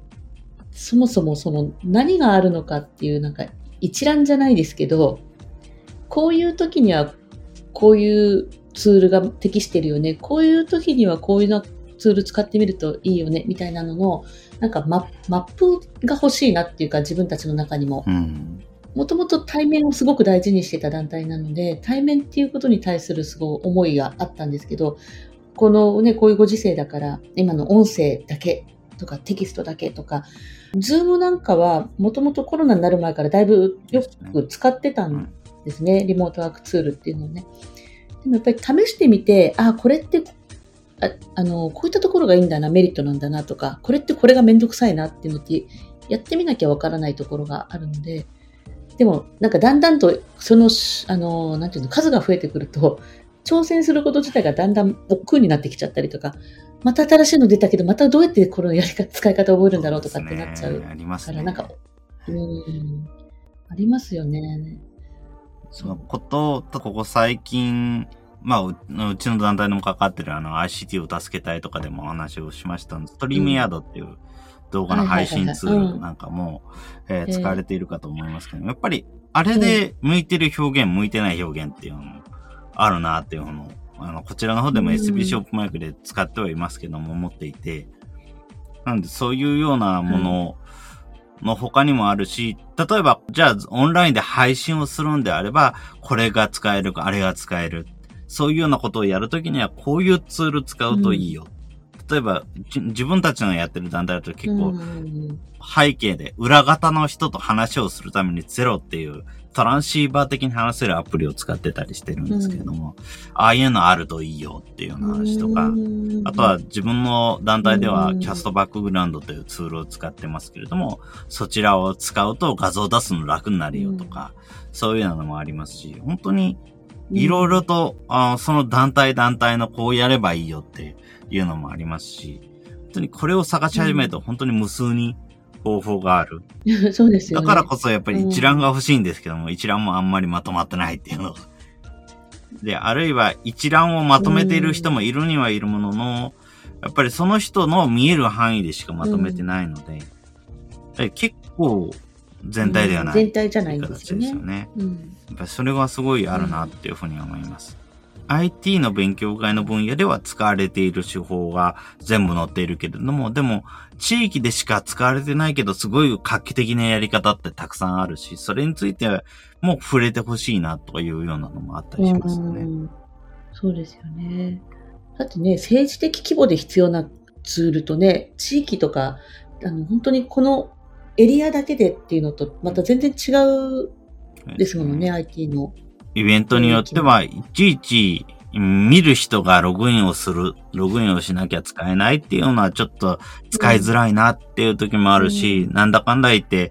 そもそもその何があるのかっていうなんか一覧じゃないですけど、こういう時にはこういうツールが適してるよね。こういう時にはこういうのツール使ってみるといいよね。みたいなのの、なんかマップが欲しいなっていうか、自分たちの中にも。もともと対面をすごく大事にしてた団体なので、対面っていうことに対するすごい思いがあったんですけど、このね、こういうご時世だから、今の音声だけとかテキストだけとか、ズームなんかはもともとコロナになる前からだいぶよく使ってたんですね。リモートワークツールっていうのをね。でもやっぱり試してみて、これってこういったところがいいんだな、メリットなんだなとか、これってこれがめんどくさいなっていうのってやってみなきゃわからないところがあるので、でもなんかだんだんとなんていうの、数が増えてくると、挑戦すること自体がだんだん億劫になってきちゃったりとか、また新しいの出たけど、またどうやってこの使い方を覚えるんだろうとかってなっちゃう。 ありますね。 なんか、ありますよね。 そのことと、ここ最近、うちの団体でも関わってるICT を助けたいとかでもお話をしましたストリームヤードっていう動画の配信ツールなんかも使われているかと思いますけど、やっぱりあれで向いてる表現、向いてない表現っていうのもあるなっていうのを、こちらの方でも SB ショップマイクで使ってはいますけども、思っていて、なんでそういうようなものの他にもあるし、例えば、じゃあオンラインで配信をするんであれば、これが使えるか、あれが使える。そういうようなことをやるときには、こういうツール使うといいよ。例えば、自分たちのやってる団体だと結構、背景で裏方の人と話をするためにゼロっていうトランシーバー的に話せるアプリを使ってたりしてるんですけれども、ああいうのあるといいよっていうような話とか、あとは自分の団体ではキャストバックグラウンドというツールを使ってますけれども、そちらを使うと画像を出すの楽になるよとか、そういうのもありますし、本当にいろいろと、その団体のこうやればいいよっていうのもありますし、本当にこれを探し始めると本当に無数に方法がある。 そうですよね。 だからこそやっぱり一覧が欲しいんですけども、一覧もあんまりまとまってないっていうのが。で、あるいは一覧をまとめている人もいるにはいるものの、やっぱりその人の見える範囲でしかまとめてないので、結構全体ではない、 全体じゃないんですよね。 やっぱりそれがすごいあるなっていうふうに思います。IT の勉強会の分野では使われている手法が全部載っているけれども、でも地域でしか使われてないけどすごい画期的なやり方ってたくさんあるし、それについても触れてほしいなとかいうようなのもあったりしますよね。 そうですよね。だってね、政治的規模で必要なツールとね、地域とか、本当にこのエリアだけでっていうのとまた全然違うですもんね、IT の。 イベントによっては、いちいち見る人がログインをしなきゃ使えないっていうのはちょっと使いづらいなっていう時もあるし、なんだかんだ言って、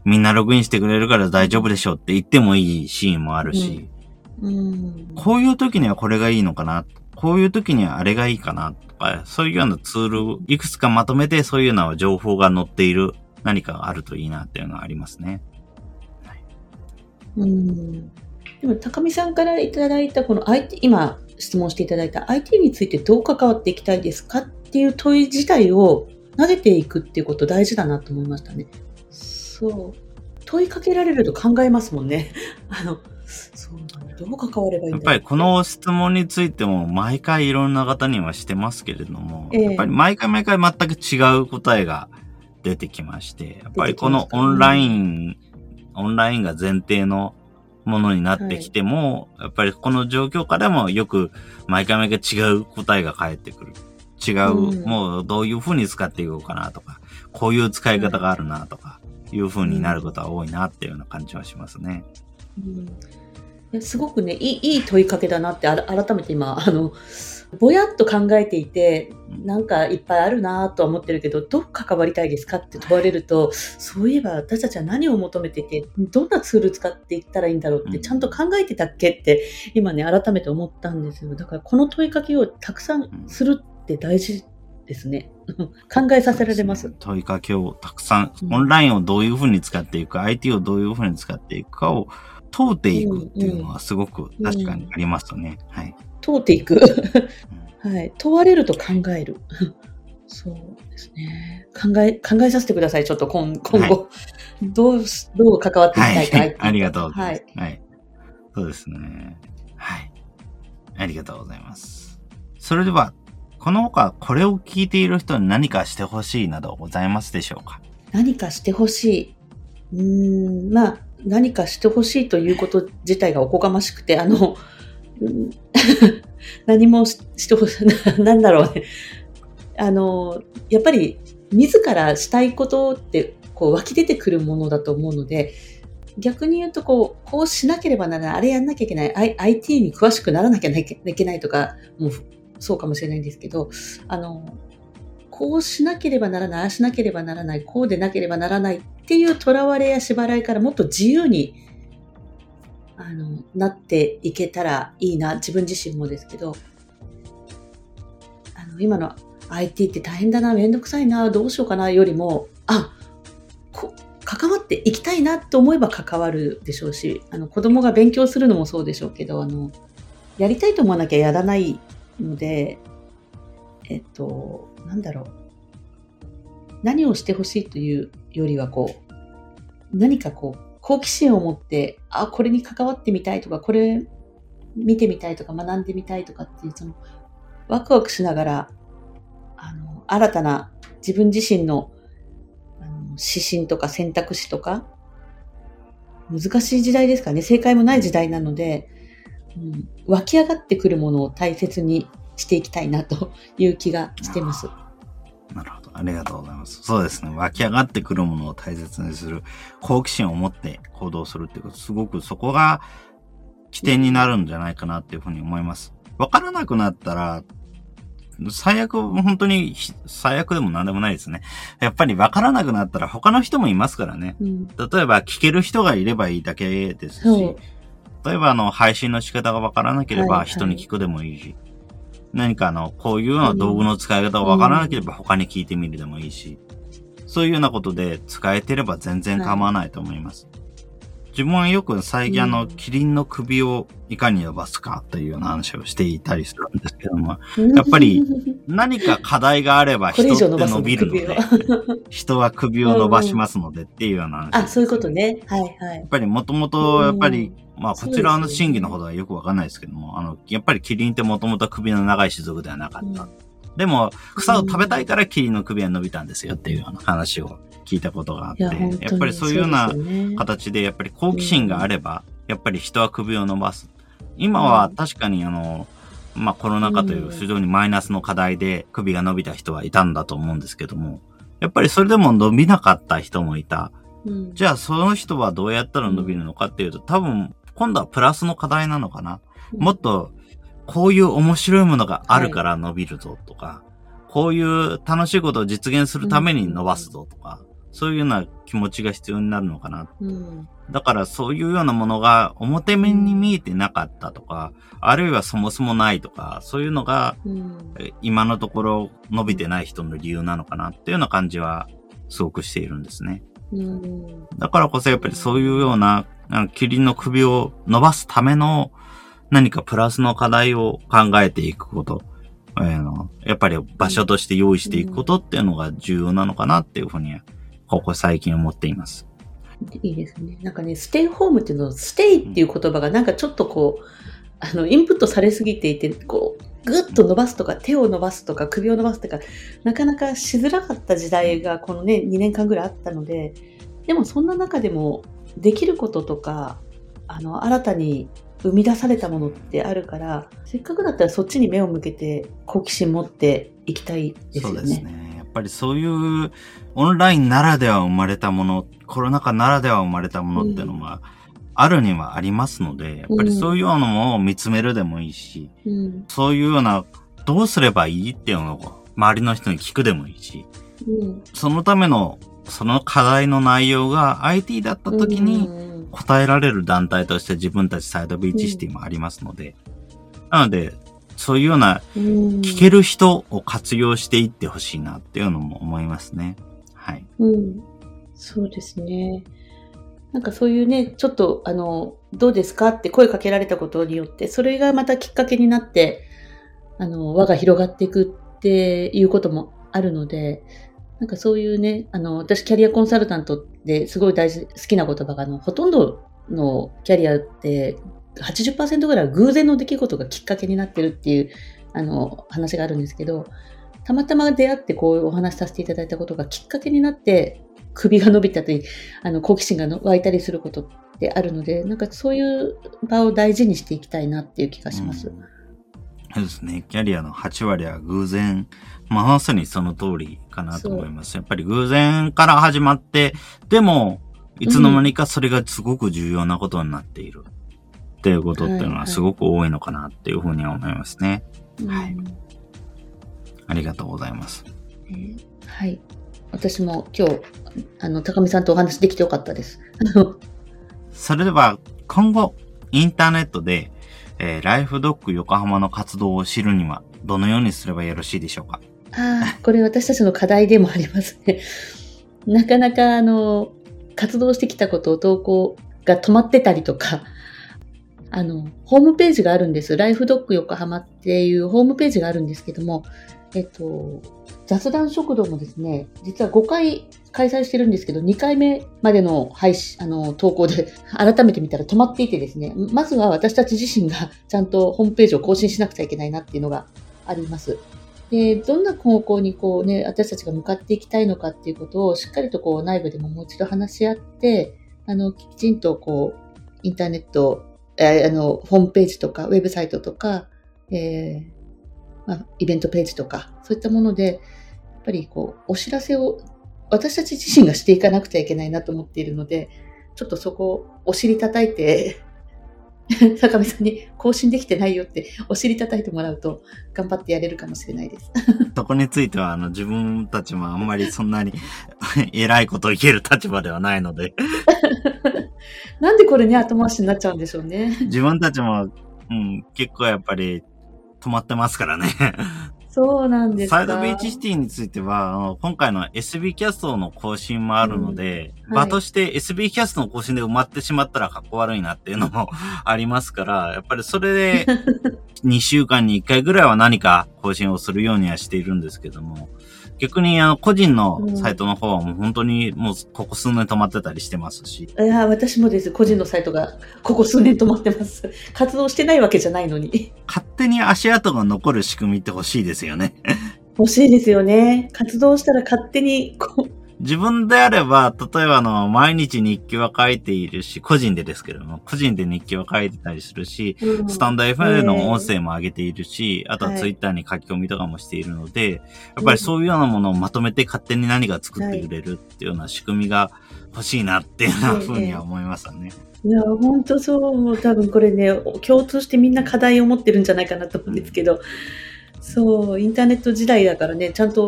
みんなログインしてくれるから大丈夫でしょって言ってもいいシーンもあるし、こういう時にはこれがいいのかな、こういう時にはあれがいいかなとか、そういうようなツール、いくつかまとめてそういうような情報が載っている何かがあるといいなっていうのはありますね。 はい、でも高見さんからいただいたこの IT、今質問していただいた IT についてどう関わっていきたいですかっていう問い自体を投げていくっていうこと大事だなと思いましたね。そう。問いかけられると考えますもんね。そうだね。どう関わればいいんだろう。 やっぱりこの質問についても毎回いろんな方にはしてますけれども、やっぱり毎回全く違う答えが出てきまして、やっぱりこのオンラインが前提のものになってきても、やっぱりこの状況下でもよく毎回違う答えが返ってくる。違う、もうどういう風に使っていこうかなとか、こういう使い方があるなとか、いう風になることは多いなっていうような感じはしますね。 すごくね、いい問いかけだなって改めて今、ぼやっと考えていて、なんかいっぱいあるなとは思ってるけど、どう関わりたいですかって問われると、そういえば私たちは何を求めていて、どんなツール使っていったらいいんだろうって、ちゃんと考えてたっけって、今ね、改めて思ったんですよ。だからこの問いかけをたくさんするって大事ですね。考えさせられます。 問いかけをたくさん、オンラインをどういうふうに使っていくか、IT をどういうふうに使っていくかを問うていくっていうのはすごく確かにありますよね。はい。 問うていく。はい。問われると考える。そうですね。考えさせてください。ちょっと今後、はい、どう関わっていきたいか。はい、 ありがとうございます。はい。そうですね。はい。ありがとうございます。それでは、この他、これを聞いている人に何かしてほしいなどございますでしょうか？ 何かしてほしい。まあ、何かしてほしいということ自体がおこがましくて、何もしてほしい、なんだろうね。やっぱり、自らしたいことって、湧き出てくるものだと思うので、逆に言うと、こうしなければならない、あれやんなきゃいけない、IT に詳しくならなきゃいけないとか、もう、そうかもしれないんですけど、こうしなければならない、ああしなければならない、こうでなければならないっていう囚われや縛られからもっと自由に、なっていけたらいいな、自分自身もですけど、今の IT って大変だな、めんどくさいな、どうしようかなよりも、関わっていきたいなと思えば関わるでしょうし、子供が勉強するのもそうでしょうけど、やりたいと思わなきゃやらないので、なんだろう。何をしてほしいというよりは、何か好奇心を持って、これに関わってみたいとか、これ見てみたいとか、学んでみたいとかっていう、ワクワクしながら、新たな自分自身の、指針とか選択肢とか、難しい時代ですかね。正解もない時代なので、湧き上がってくるものを大切にしていきたいなという気がしてます。 なるほど。ありがとうございます。そうですね。湧き上がってくるものを大切にする、好奇心を持って行動するっていうこと、すごくそこが起点になるんじゃないかなっていうふうに思います。わからなくなったら、本当に最悪でも何でもないですね。やっぱりわからなくなったら他の人もいますからね。例えば聞ける人がいればいいだけですし、例えば配信の仕方がわからなければ人に聞くでもいいし、何かこういうような道具の使い方がわからなければ他に聞いてみるでもいいし、そういうようなことで使えてれば全然構わないと思います。自分はよく最近キリンの首をいかに伸ばすかというような話をしていたりするんですけども、やっぱり何か課題があれば人って伸びるので、人は首を伸ばしますのでっていうような話、 そういうことね。はいはい。 やっぱりもともとやっぱり、こちらの真偽のほどはよくわかんないですけども、やっぱりキリンってもともと首の長い種族ではなかった。でも、草を食べたいからキリンの首は伸びたんですよっていうような話を聞いたことがあって、やっぱりそういうような形で、やっぱり好奇心があれば、やっぱり人は首を伸ばす。今は確かにコロナ禍という非常にマイナスの課題で首が伸びた人はいたんだと思うんですけども、やっぱりそれでも伸びなかった人もいた。じゃあその人はどうやったら伸びるのかっていうと、多分今度はプラスの課題なのかな。もっとこういう面白いものがあるから伸びるぞとか、こういう楽しいことを実現するために伸ばすぞとか、 そういうような気持ちが必要になるのかな。 うん。 だからそういうようなものが表面に見えてなかったとか、あるいはそもそもないとか、そういうのが、今のところ伸びてない人の理由なのかなっていうような感じはすごくしているんですね。だからこそやっぱりそういうような、キリンの首を伸ばすための何かプラスの課題を考えていくこと。やっぱり場所として用意していくことっていうのが重要なのかなっていうふうに、ここ最近思っています。 いいですね。なんかね、ステイホームっていうの、ステイっていう言葉がなんかちょっとこう、インプットされすぎていて、こう、ぐっと伸ばすとか、手を伸ばすとか、首を伸ばすとか、なかなかしづらかった時代がこのね、2年間ぐらいあったので、でもそんな中でもできることとか、新たに生み出されたものってあるから、せっかくだったらそっちに目を向けて好奇心持っていきたいですよね。 そうですね。やっぱりそういうオンラインならでは生まれたもの、コロナ禍ならでは生まれたものっていうのは、あるにはありますので、やっぱりそういうようなものを見つめるでもいいし、そういうような、どうすればいいっていうのを周りの人に聞くでもいいし、そのための、その課題の内容が IT だった時に答えられる団体として自分たちサイドビーチシティもありますので、なので、そういうような聞ける人を活用していってほしいなっていうのも思いますね。はい。 そうですね。なんかそういうね、ちょっとどうですかって声かけられたことによって、それがまたきっかけになって、輪が広がっていくっていうこともあるので、なんかそういうね、私キャリアコンサルタントですごい好きな言葉が、ほとんどのキャリアって 80% ぐらいは偶然の出来事がきっかけになってるっていう、話があるんですけど、たまたま出会ってこういうお話しさせていただいたことがきっかけになって、首が伸びたり、好奇心が湧いたりすることってあるので、なんかそういう場を大事にしていきたいなっていう気がします。 そうですね。キャリアの8割は偶然、まさにその通りかなと思います。やっぱり偶然から始まって、でも、いつの間にかそれがすごく重要なことになっている。っていうことっていうのはすごく多いのかなっていうふうには思いますね。はい。ありがとうございます。 はい。私も今日、高見さんとお話できてよかったです。 それでは、今後、インターネットで、ライフドッグ横浜の活動を知るには、どのようにすればよろしいでしょうか？ これ私たちの課題でもありますね。なかなか、活動してきたことを投稿が止まってたりとか、ホームページがあるんです。ライフドッグ横浜っていうホームページがあるんですけども、雑談食堂もですね、実は5回開催してるんですけど、2回目までの投稿で改めて見たら止まっていてですね、まずは私たち自身がちゃんとホームページを更新しなくちゃいけないなっていうのがあります。で、どんな方向にこうね、私たちが向かっていきたいのかっていうことをしっかりとこう内部でももう一度話し合って、きちんとこう、インターネット、ホームページとか、ウェブサイトとか、イベントページとか、そういったもので、やっぱりこう、お知らせを私たち自身がしていかなくちゃいけないなと思っているので、ちょっとそこをお尻叩いて、坂見さんに更新できてないよってお尻叩いてもらうと頑張ってやれるかもしれないです。 そこについては自分たちもあんまりそんなに偉いことを言える立場ではないので。 なんでこれね後回しになっちゃうんでしょうね。 自分たちも、結構やっぱり止まってますからね。 そうなんですか。 サイドビーチシティについては、今回の SB キャストの更新もあるので、場として SB キャストの更新で埋まってしまったらかっこ悪いなっていうのもありますから、やっぱりそれで2週間に1回ぐらいは何か更新をするようにはしているんですけども、逆に個人のサイトの方はもう本当にもうここ数年止まってたりしてますし。 いや、私もです。個人のサイトがここ数年止まってます。活動してないわけじゃないのに。 勝手に足跡が残る仕組みって欲しいですよね。 欲しいですよね。活動したら勝手に自分であれば、例えば毎日日記は書いているし、個人でですけれども、個人で日記は書いてたりするし、スタンド FM の音声も上げているし、あとはツイッターに書き込みとかもしているので、やっぱりそういうようなものをまとめて勝手に何か作ってくれるっていうような仕組みが欲しいなっていうふうには思いますよね。 いや、本当そう。もう多分これね、共通してみんな課題を持ってるんじゃないかなと思うんですけど、そう、インターネット時代だからね、ちゃんと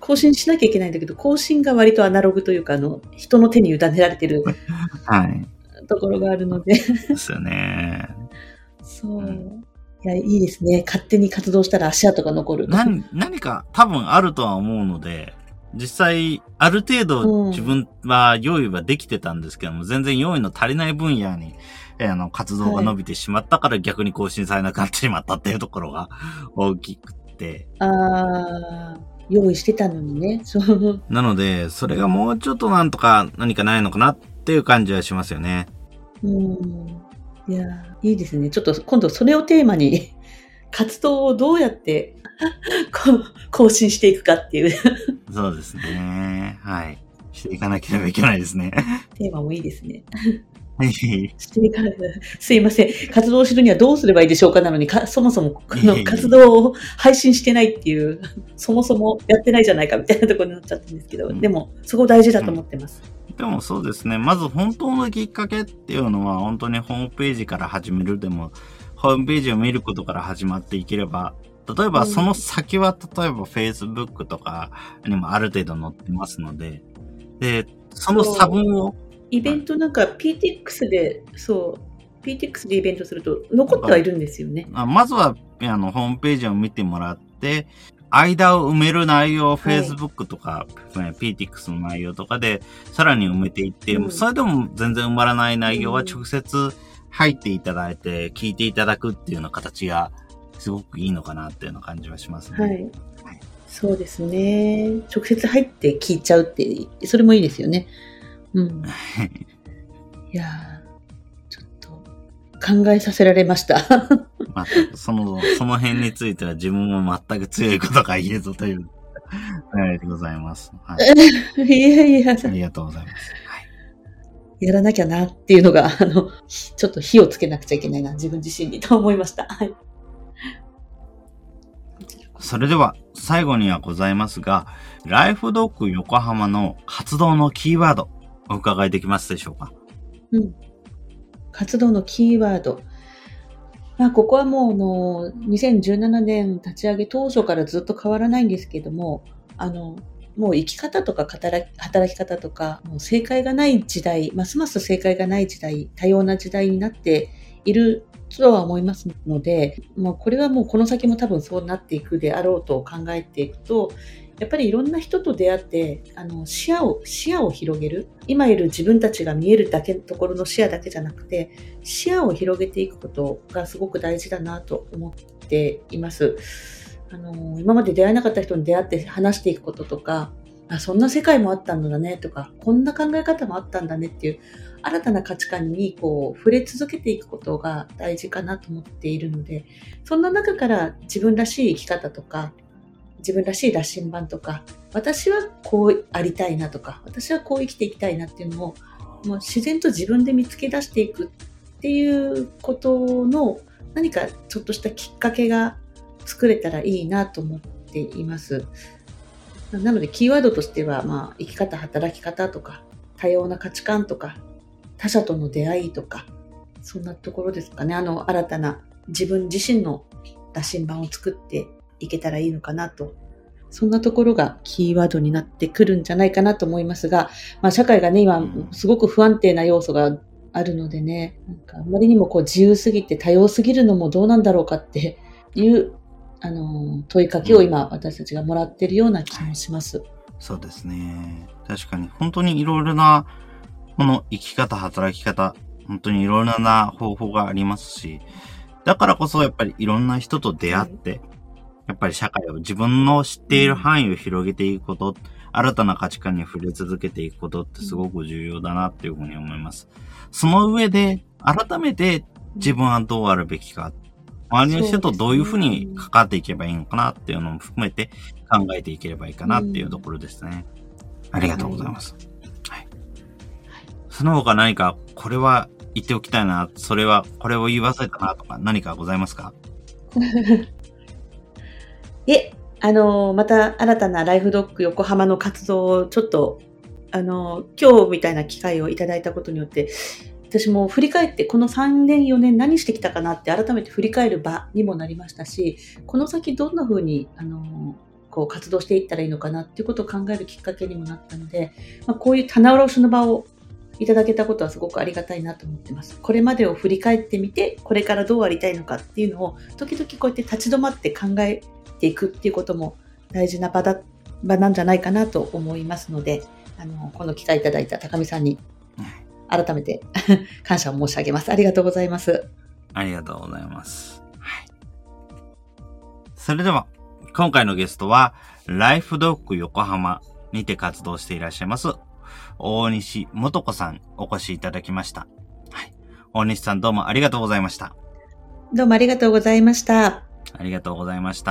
更新しなきゃいけないんだけど、更新が割とアナログというか、人の手に委ねられてるはい。 ところがあるので。 ですよね。 そう。いや、いいですね。勝手に活動したら足跡が残る。 何か多分あるとは思うので、実際、ある程度自分は用意はできてたんですけども、全然用意の足りない分野に、活動が伸びてしまったから逆に更新されなくなってしまったっていうところが大きくて。 用意してたのにね。そう。 なので、それがもうちょっとなんとか何かないのかなっていう感じはしますよね。 いや、いいですね。ちょっと今度それをテーマに、活動をどうやって更新していくかっていう。 そうですね。はい。していかなければいけないですね。 テーマもいいですね。すいません。活動するにはどうすればいいでしょうかなのに、そもそも活動を配信してないっていう、そもそもやってないじゃないかみたいなところになっちゃったんですけど、でも、そこ大事だと思ってます。 でもそうですね。まず本当のきっかけっていうのは、本当にホームページから始めるでも、ホームページを見ることから始まっていければ、例えばその先は、例えば Facebook とかにもある程度載ってますので、で、その差分を、 イベントなんか PTX で、PTX でイベントすると残ってはいるんですよね。 まずは、ホームページを見てもらって、間を埋める内容を Facebook とか、PTX の内容とかでさらに埋めていって、それでも全然埋まらない内容は直接入っていただいて、聞いていただくっていうような形がすごくいいのかなっていうような感じはしますね。はい。 そうですね。直接入って聞いちゃうって、それもいいですよね。いやー、ちょっと考えさせられました。 その辺については自分も全く強いことが言えずという、はい、でございます。はい。 いや。 ありがとうございます。はい。 やらなきゃなっていうのが、ちょっと火をつけなくちゃいけないな、自分自身にと思いました。はい。 それでは最後にはございますが、ライフドッグ横浜の活動のキーワード、お伺いできますでしょうか？ 活動のキーワード。ここはもう2017年立ち上げ当初からずっと変わらないんですけども、もう生き方とか働き方とか、もう正解がない時代、ますます正解がない時代、多様な時代になっているとは思いますので、これはもうこの先も多分そうなっていくであろうと考えていくと、やっぱりいろんな人と出会って、視野を広げる。今いる自分たちが見えるだけのところの視野だけじゃなくて、視野を広げていくことがすごく大事だなと思っています。今まで出会えなかった人に出会って話していくこととか、そんな世界もあったんだねとか、こんな考え方もあったんだねっていう新たな価値観に触れ続けていくことが大事かなと思っているので、そんな中から自分らしい生き方とか、自分らしい羅針盤とか、私はこうありたいなとか、私はこう生きていきたいなっていうのを、もう自然と自分で見つけ出していくっていうことの何かちょっとしたきっかけが作れたらいいなと思っています。なのでキーワードとしては、生き方、働き方とか、多様な価値観とか、他者との出会いとか、そんなところですかね。新たな自分自身の羅針盤を作っていけたらいいのかなと。そんなところがキーワードになってくるんじゃないかなと思いますが、社会がね、今すごく不安定な要素があるのでね、あんまりにも自由すぎて多様すぎるのもどうなんだろうかっていう問いかけを今私たちがもらっているような気もします。 そうですね。確かに本当にいろいろなこの生き方、働き方、本当にいろいろな方法がありますし、だからこそやっぱりいろんな人と出会って、やっぱり社会を自分の知っている範囲を広げていくこと、新たな価値観に触れ続けていくことってすごく重要だなっていうふうに思います。その上で、改めて自分はどうあるべきか、周りの人とどういうふうに関わっていけばいいのかなっていうのも含めて考えていければいいかなっていうところですね。ありがとうございます。はい。その他何かこれは言っておきたいな、これを言い忘れたなとか何かございますか？ また新たなライフドッグ横浜の活動をちょっと、今日みたいな機会をいただいたことによって、私も振り返ってこの3年4年何してきたかなって改めて振り返る場にもなりましたし、この先どんな風に活動していったらいいのかなっていうことを考えるきっかけにもなったので、こういう棚卸しの場をいただけたことはすごくありがたいなと思ってます。これまでを振り返ってみて、これからどうありたいのかっていうのを時々こうやって立ち止まって考えていくっていうことも大事な場なんじゃないかなと思いますので、この機会いただいた高見さんに改めて感謝を申し上げます。ありがとうございます。 ありがとうございます。はい。それでは、今回のゲストは、ライフドッグ横浜にて活動していらっしゃいます、大西素子さんお越しいただきました。はい。大西さんどうもありがとうございました。 どうもありがとうございました。 ありがとうございました。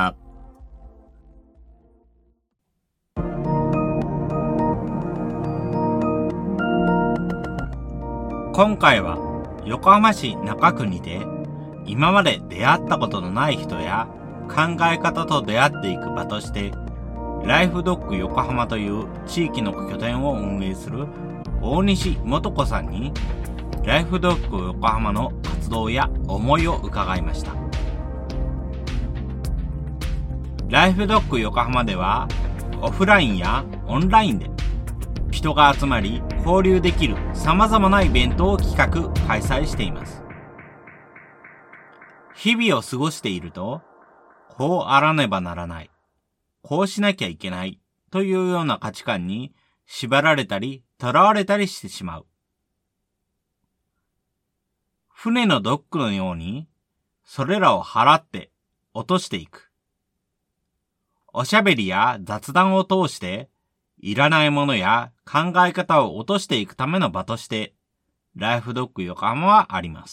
今回は横浜市中区にて今まで出会ったことのない人や考え方と出会っていく場としてライフドッグ横浜という地域の拠点を運営する大西素子さんにライフドッグ横浜の活動や思いを伺いました。ライフドッグ横浜ではオフラインやオンラインで人が集まり交流できる様々なイベントを企画開催しています。日々を過ごしているとこうあらねばならない、こうしなきゃいけないというような価値観に縛られたり囚われたりしてしまう。船のドックのようにそれらを払って落としていく。おしゃべりや雑談を通していらないものや考え方を落としていくための場としてライフドッグ横浜はあります。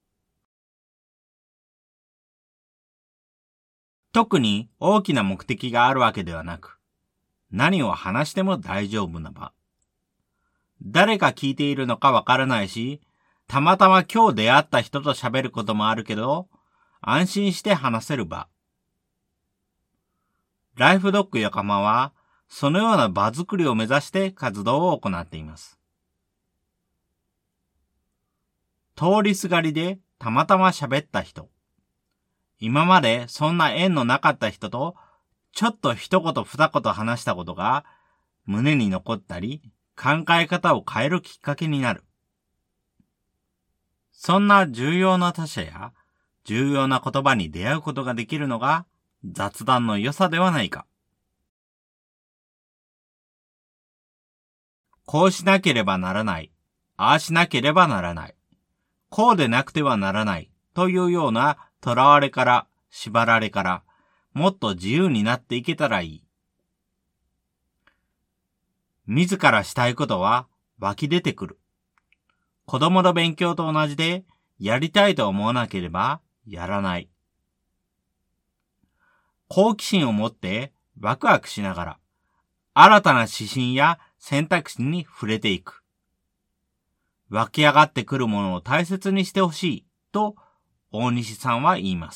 特に大きな目的があるわけではなく、何を話しても大丈夫な場。誰が聞いているのかわからないし、たまたま今日出会った人と喋ることもあるけど、安心して話せる場。ライフドッグ横浜は、そのような場作りを目指して活動を行っています。通りすがりでたまたま喋った人。今までそんな縁のなかった人と、ちょっと一言二言話したことが、胸に残ったり、考え方を変えるきっかけになる。そんな重要な他者や、重要な言葉に出会うことができるのが、雑談の良さではないか。こうしなければならない、ああしなければならない、こうでなくてはならないというような囚われから縛られからもっと自由になっていけたらいい。自らしたいことは湧き出てくる。子供の勉強と同じでやりたいと思わなければやらない。好奇心を持ってワクワクしながら新たな指針や選択肢に触れていく。湧き上がってくるものを大切にしてほしいと大西さんは言います。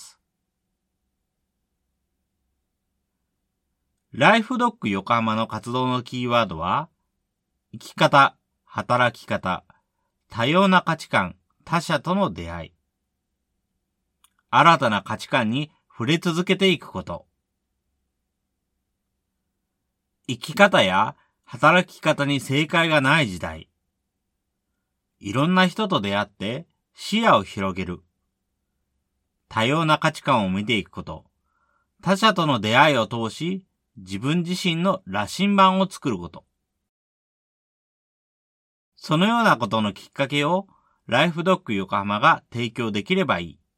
ライフドッグ横浜の活動のキーワードは、生き方、働き方、多様な価値観、他者との出会い。新たな価値観に触れ続けていくこと。生き方や働き方に正解がない時代。いろんな人と出会って視野を広げる。多様な価値観を見ていくこと。他者との出会いを通し、自分自身の羅針盤を作ること。そのようなことのきっかけをライフドッグ横浜が提供できればいい。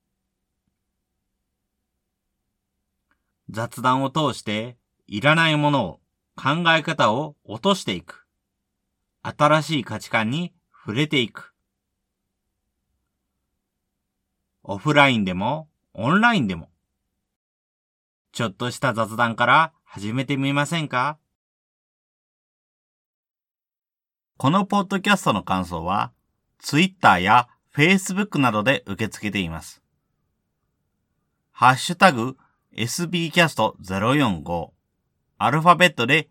雑談を通していらないものを、考え方を落としていく。新しい価値観に触れていく。オフラインでもオンラインでも、ちょっとした雑談から始めてみませんか？このポッドキャストの感想は、Twitter や Facebook などで受け付けています。ハッシュタグ SBcast045、アルファベットで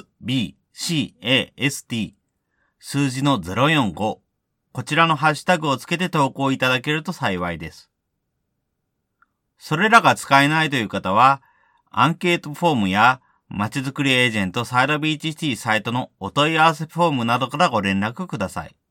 SBCAST、数字の045、こちらのハッシュタグをつけて投稿いただけると幸いです。それらが使えないという方は、アンケートフォームやまちづくりエージェントサイドビーチシティサイトのお問い合わせフォームなどからご連絡ください。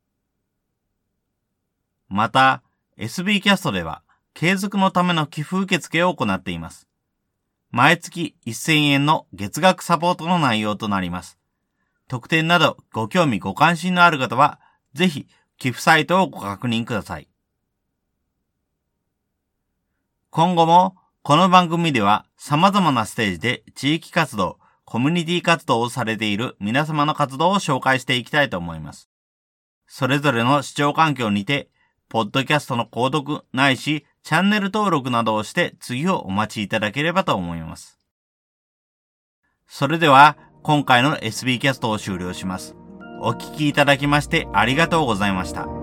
また、SB キャストでは継続のための寄付受付を行っています。毎月1000円の月額サポートの内容となります。特典などご興味ご関心のある方は、ぜひ寄付サイトをご確認ください。今後もこの番組では様々なステージで地域活動、コミュニティ活動をされている皆様の活動を紹介していきたいと思います。それぞれの視聴環境にて、ポッドキャストの購読ないしチャンネル登録などをして次をお待ちいただければと思います。それでは今回の SB キャストを終了します。お聞きいただきましてありがとうございました。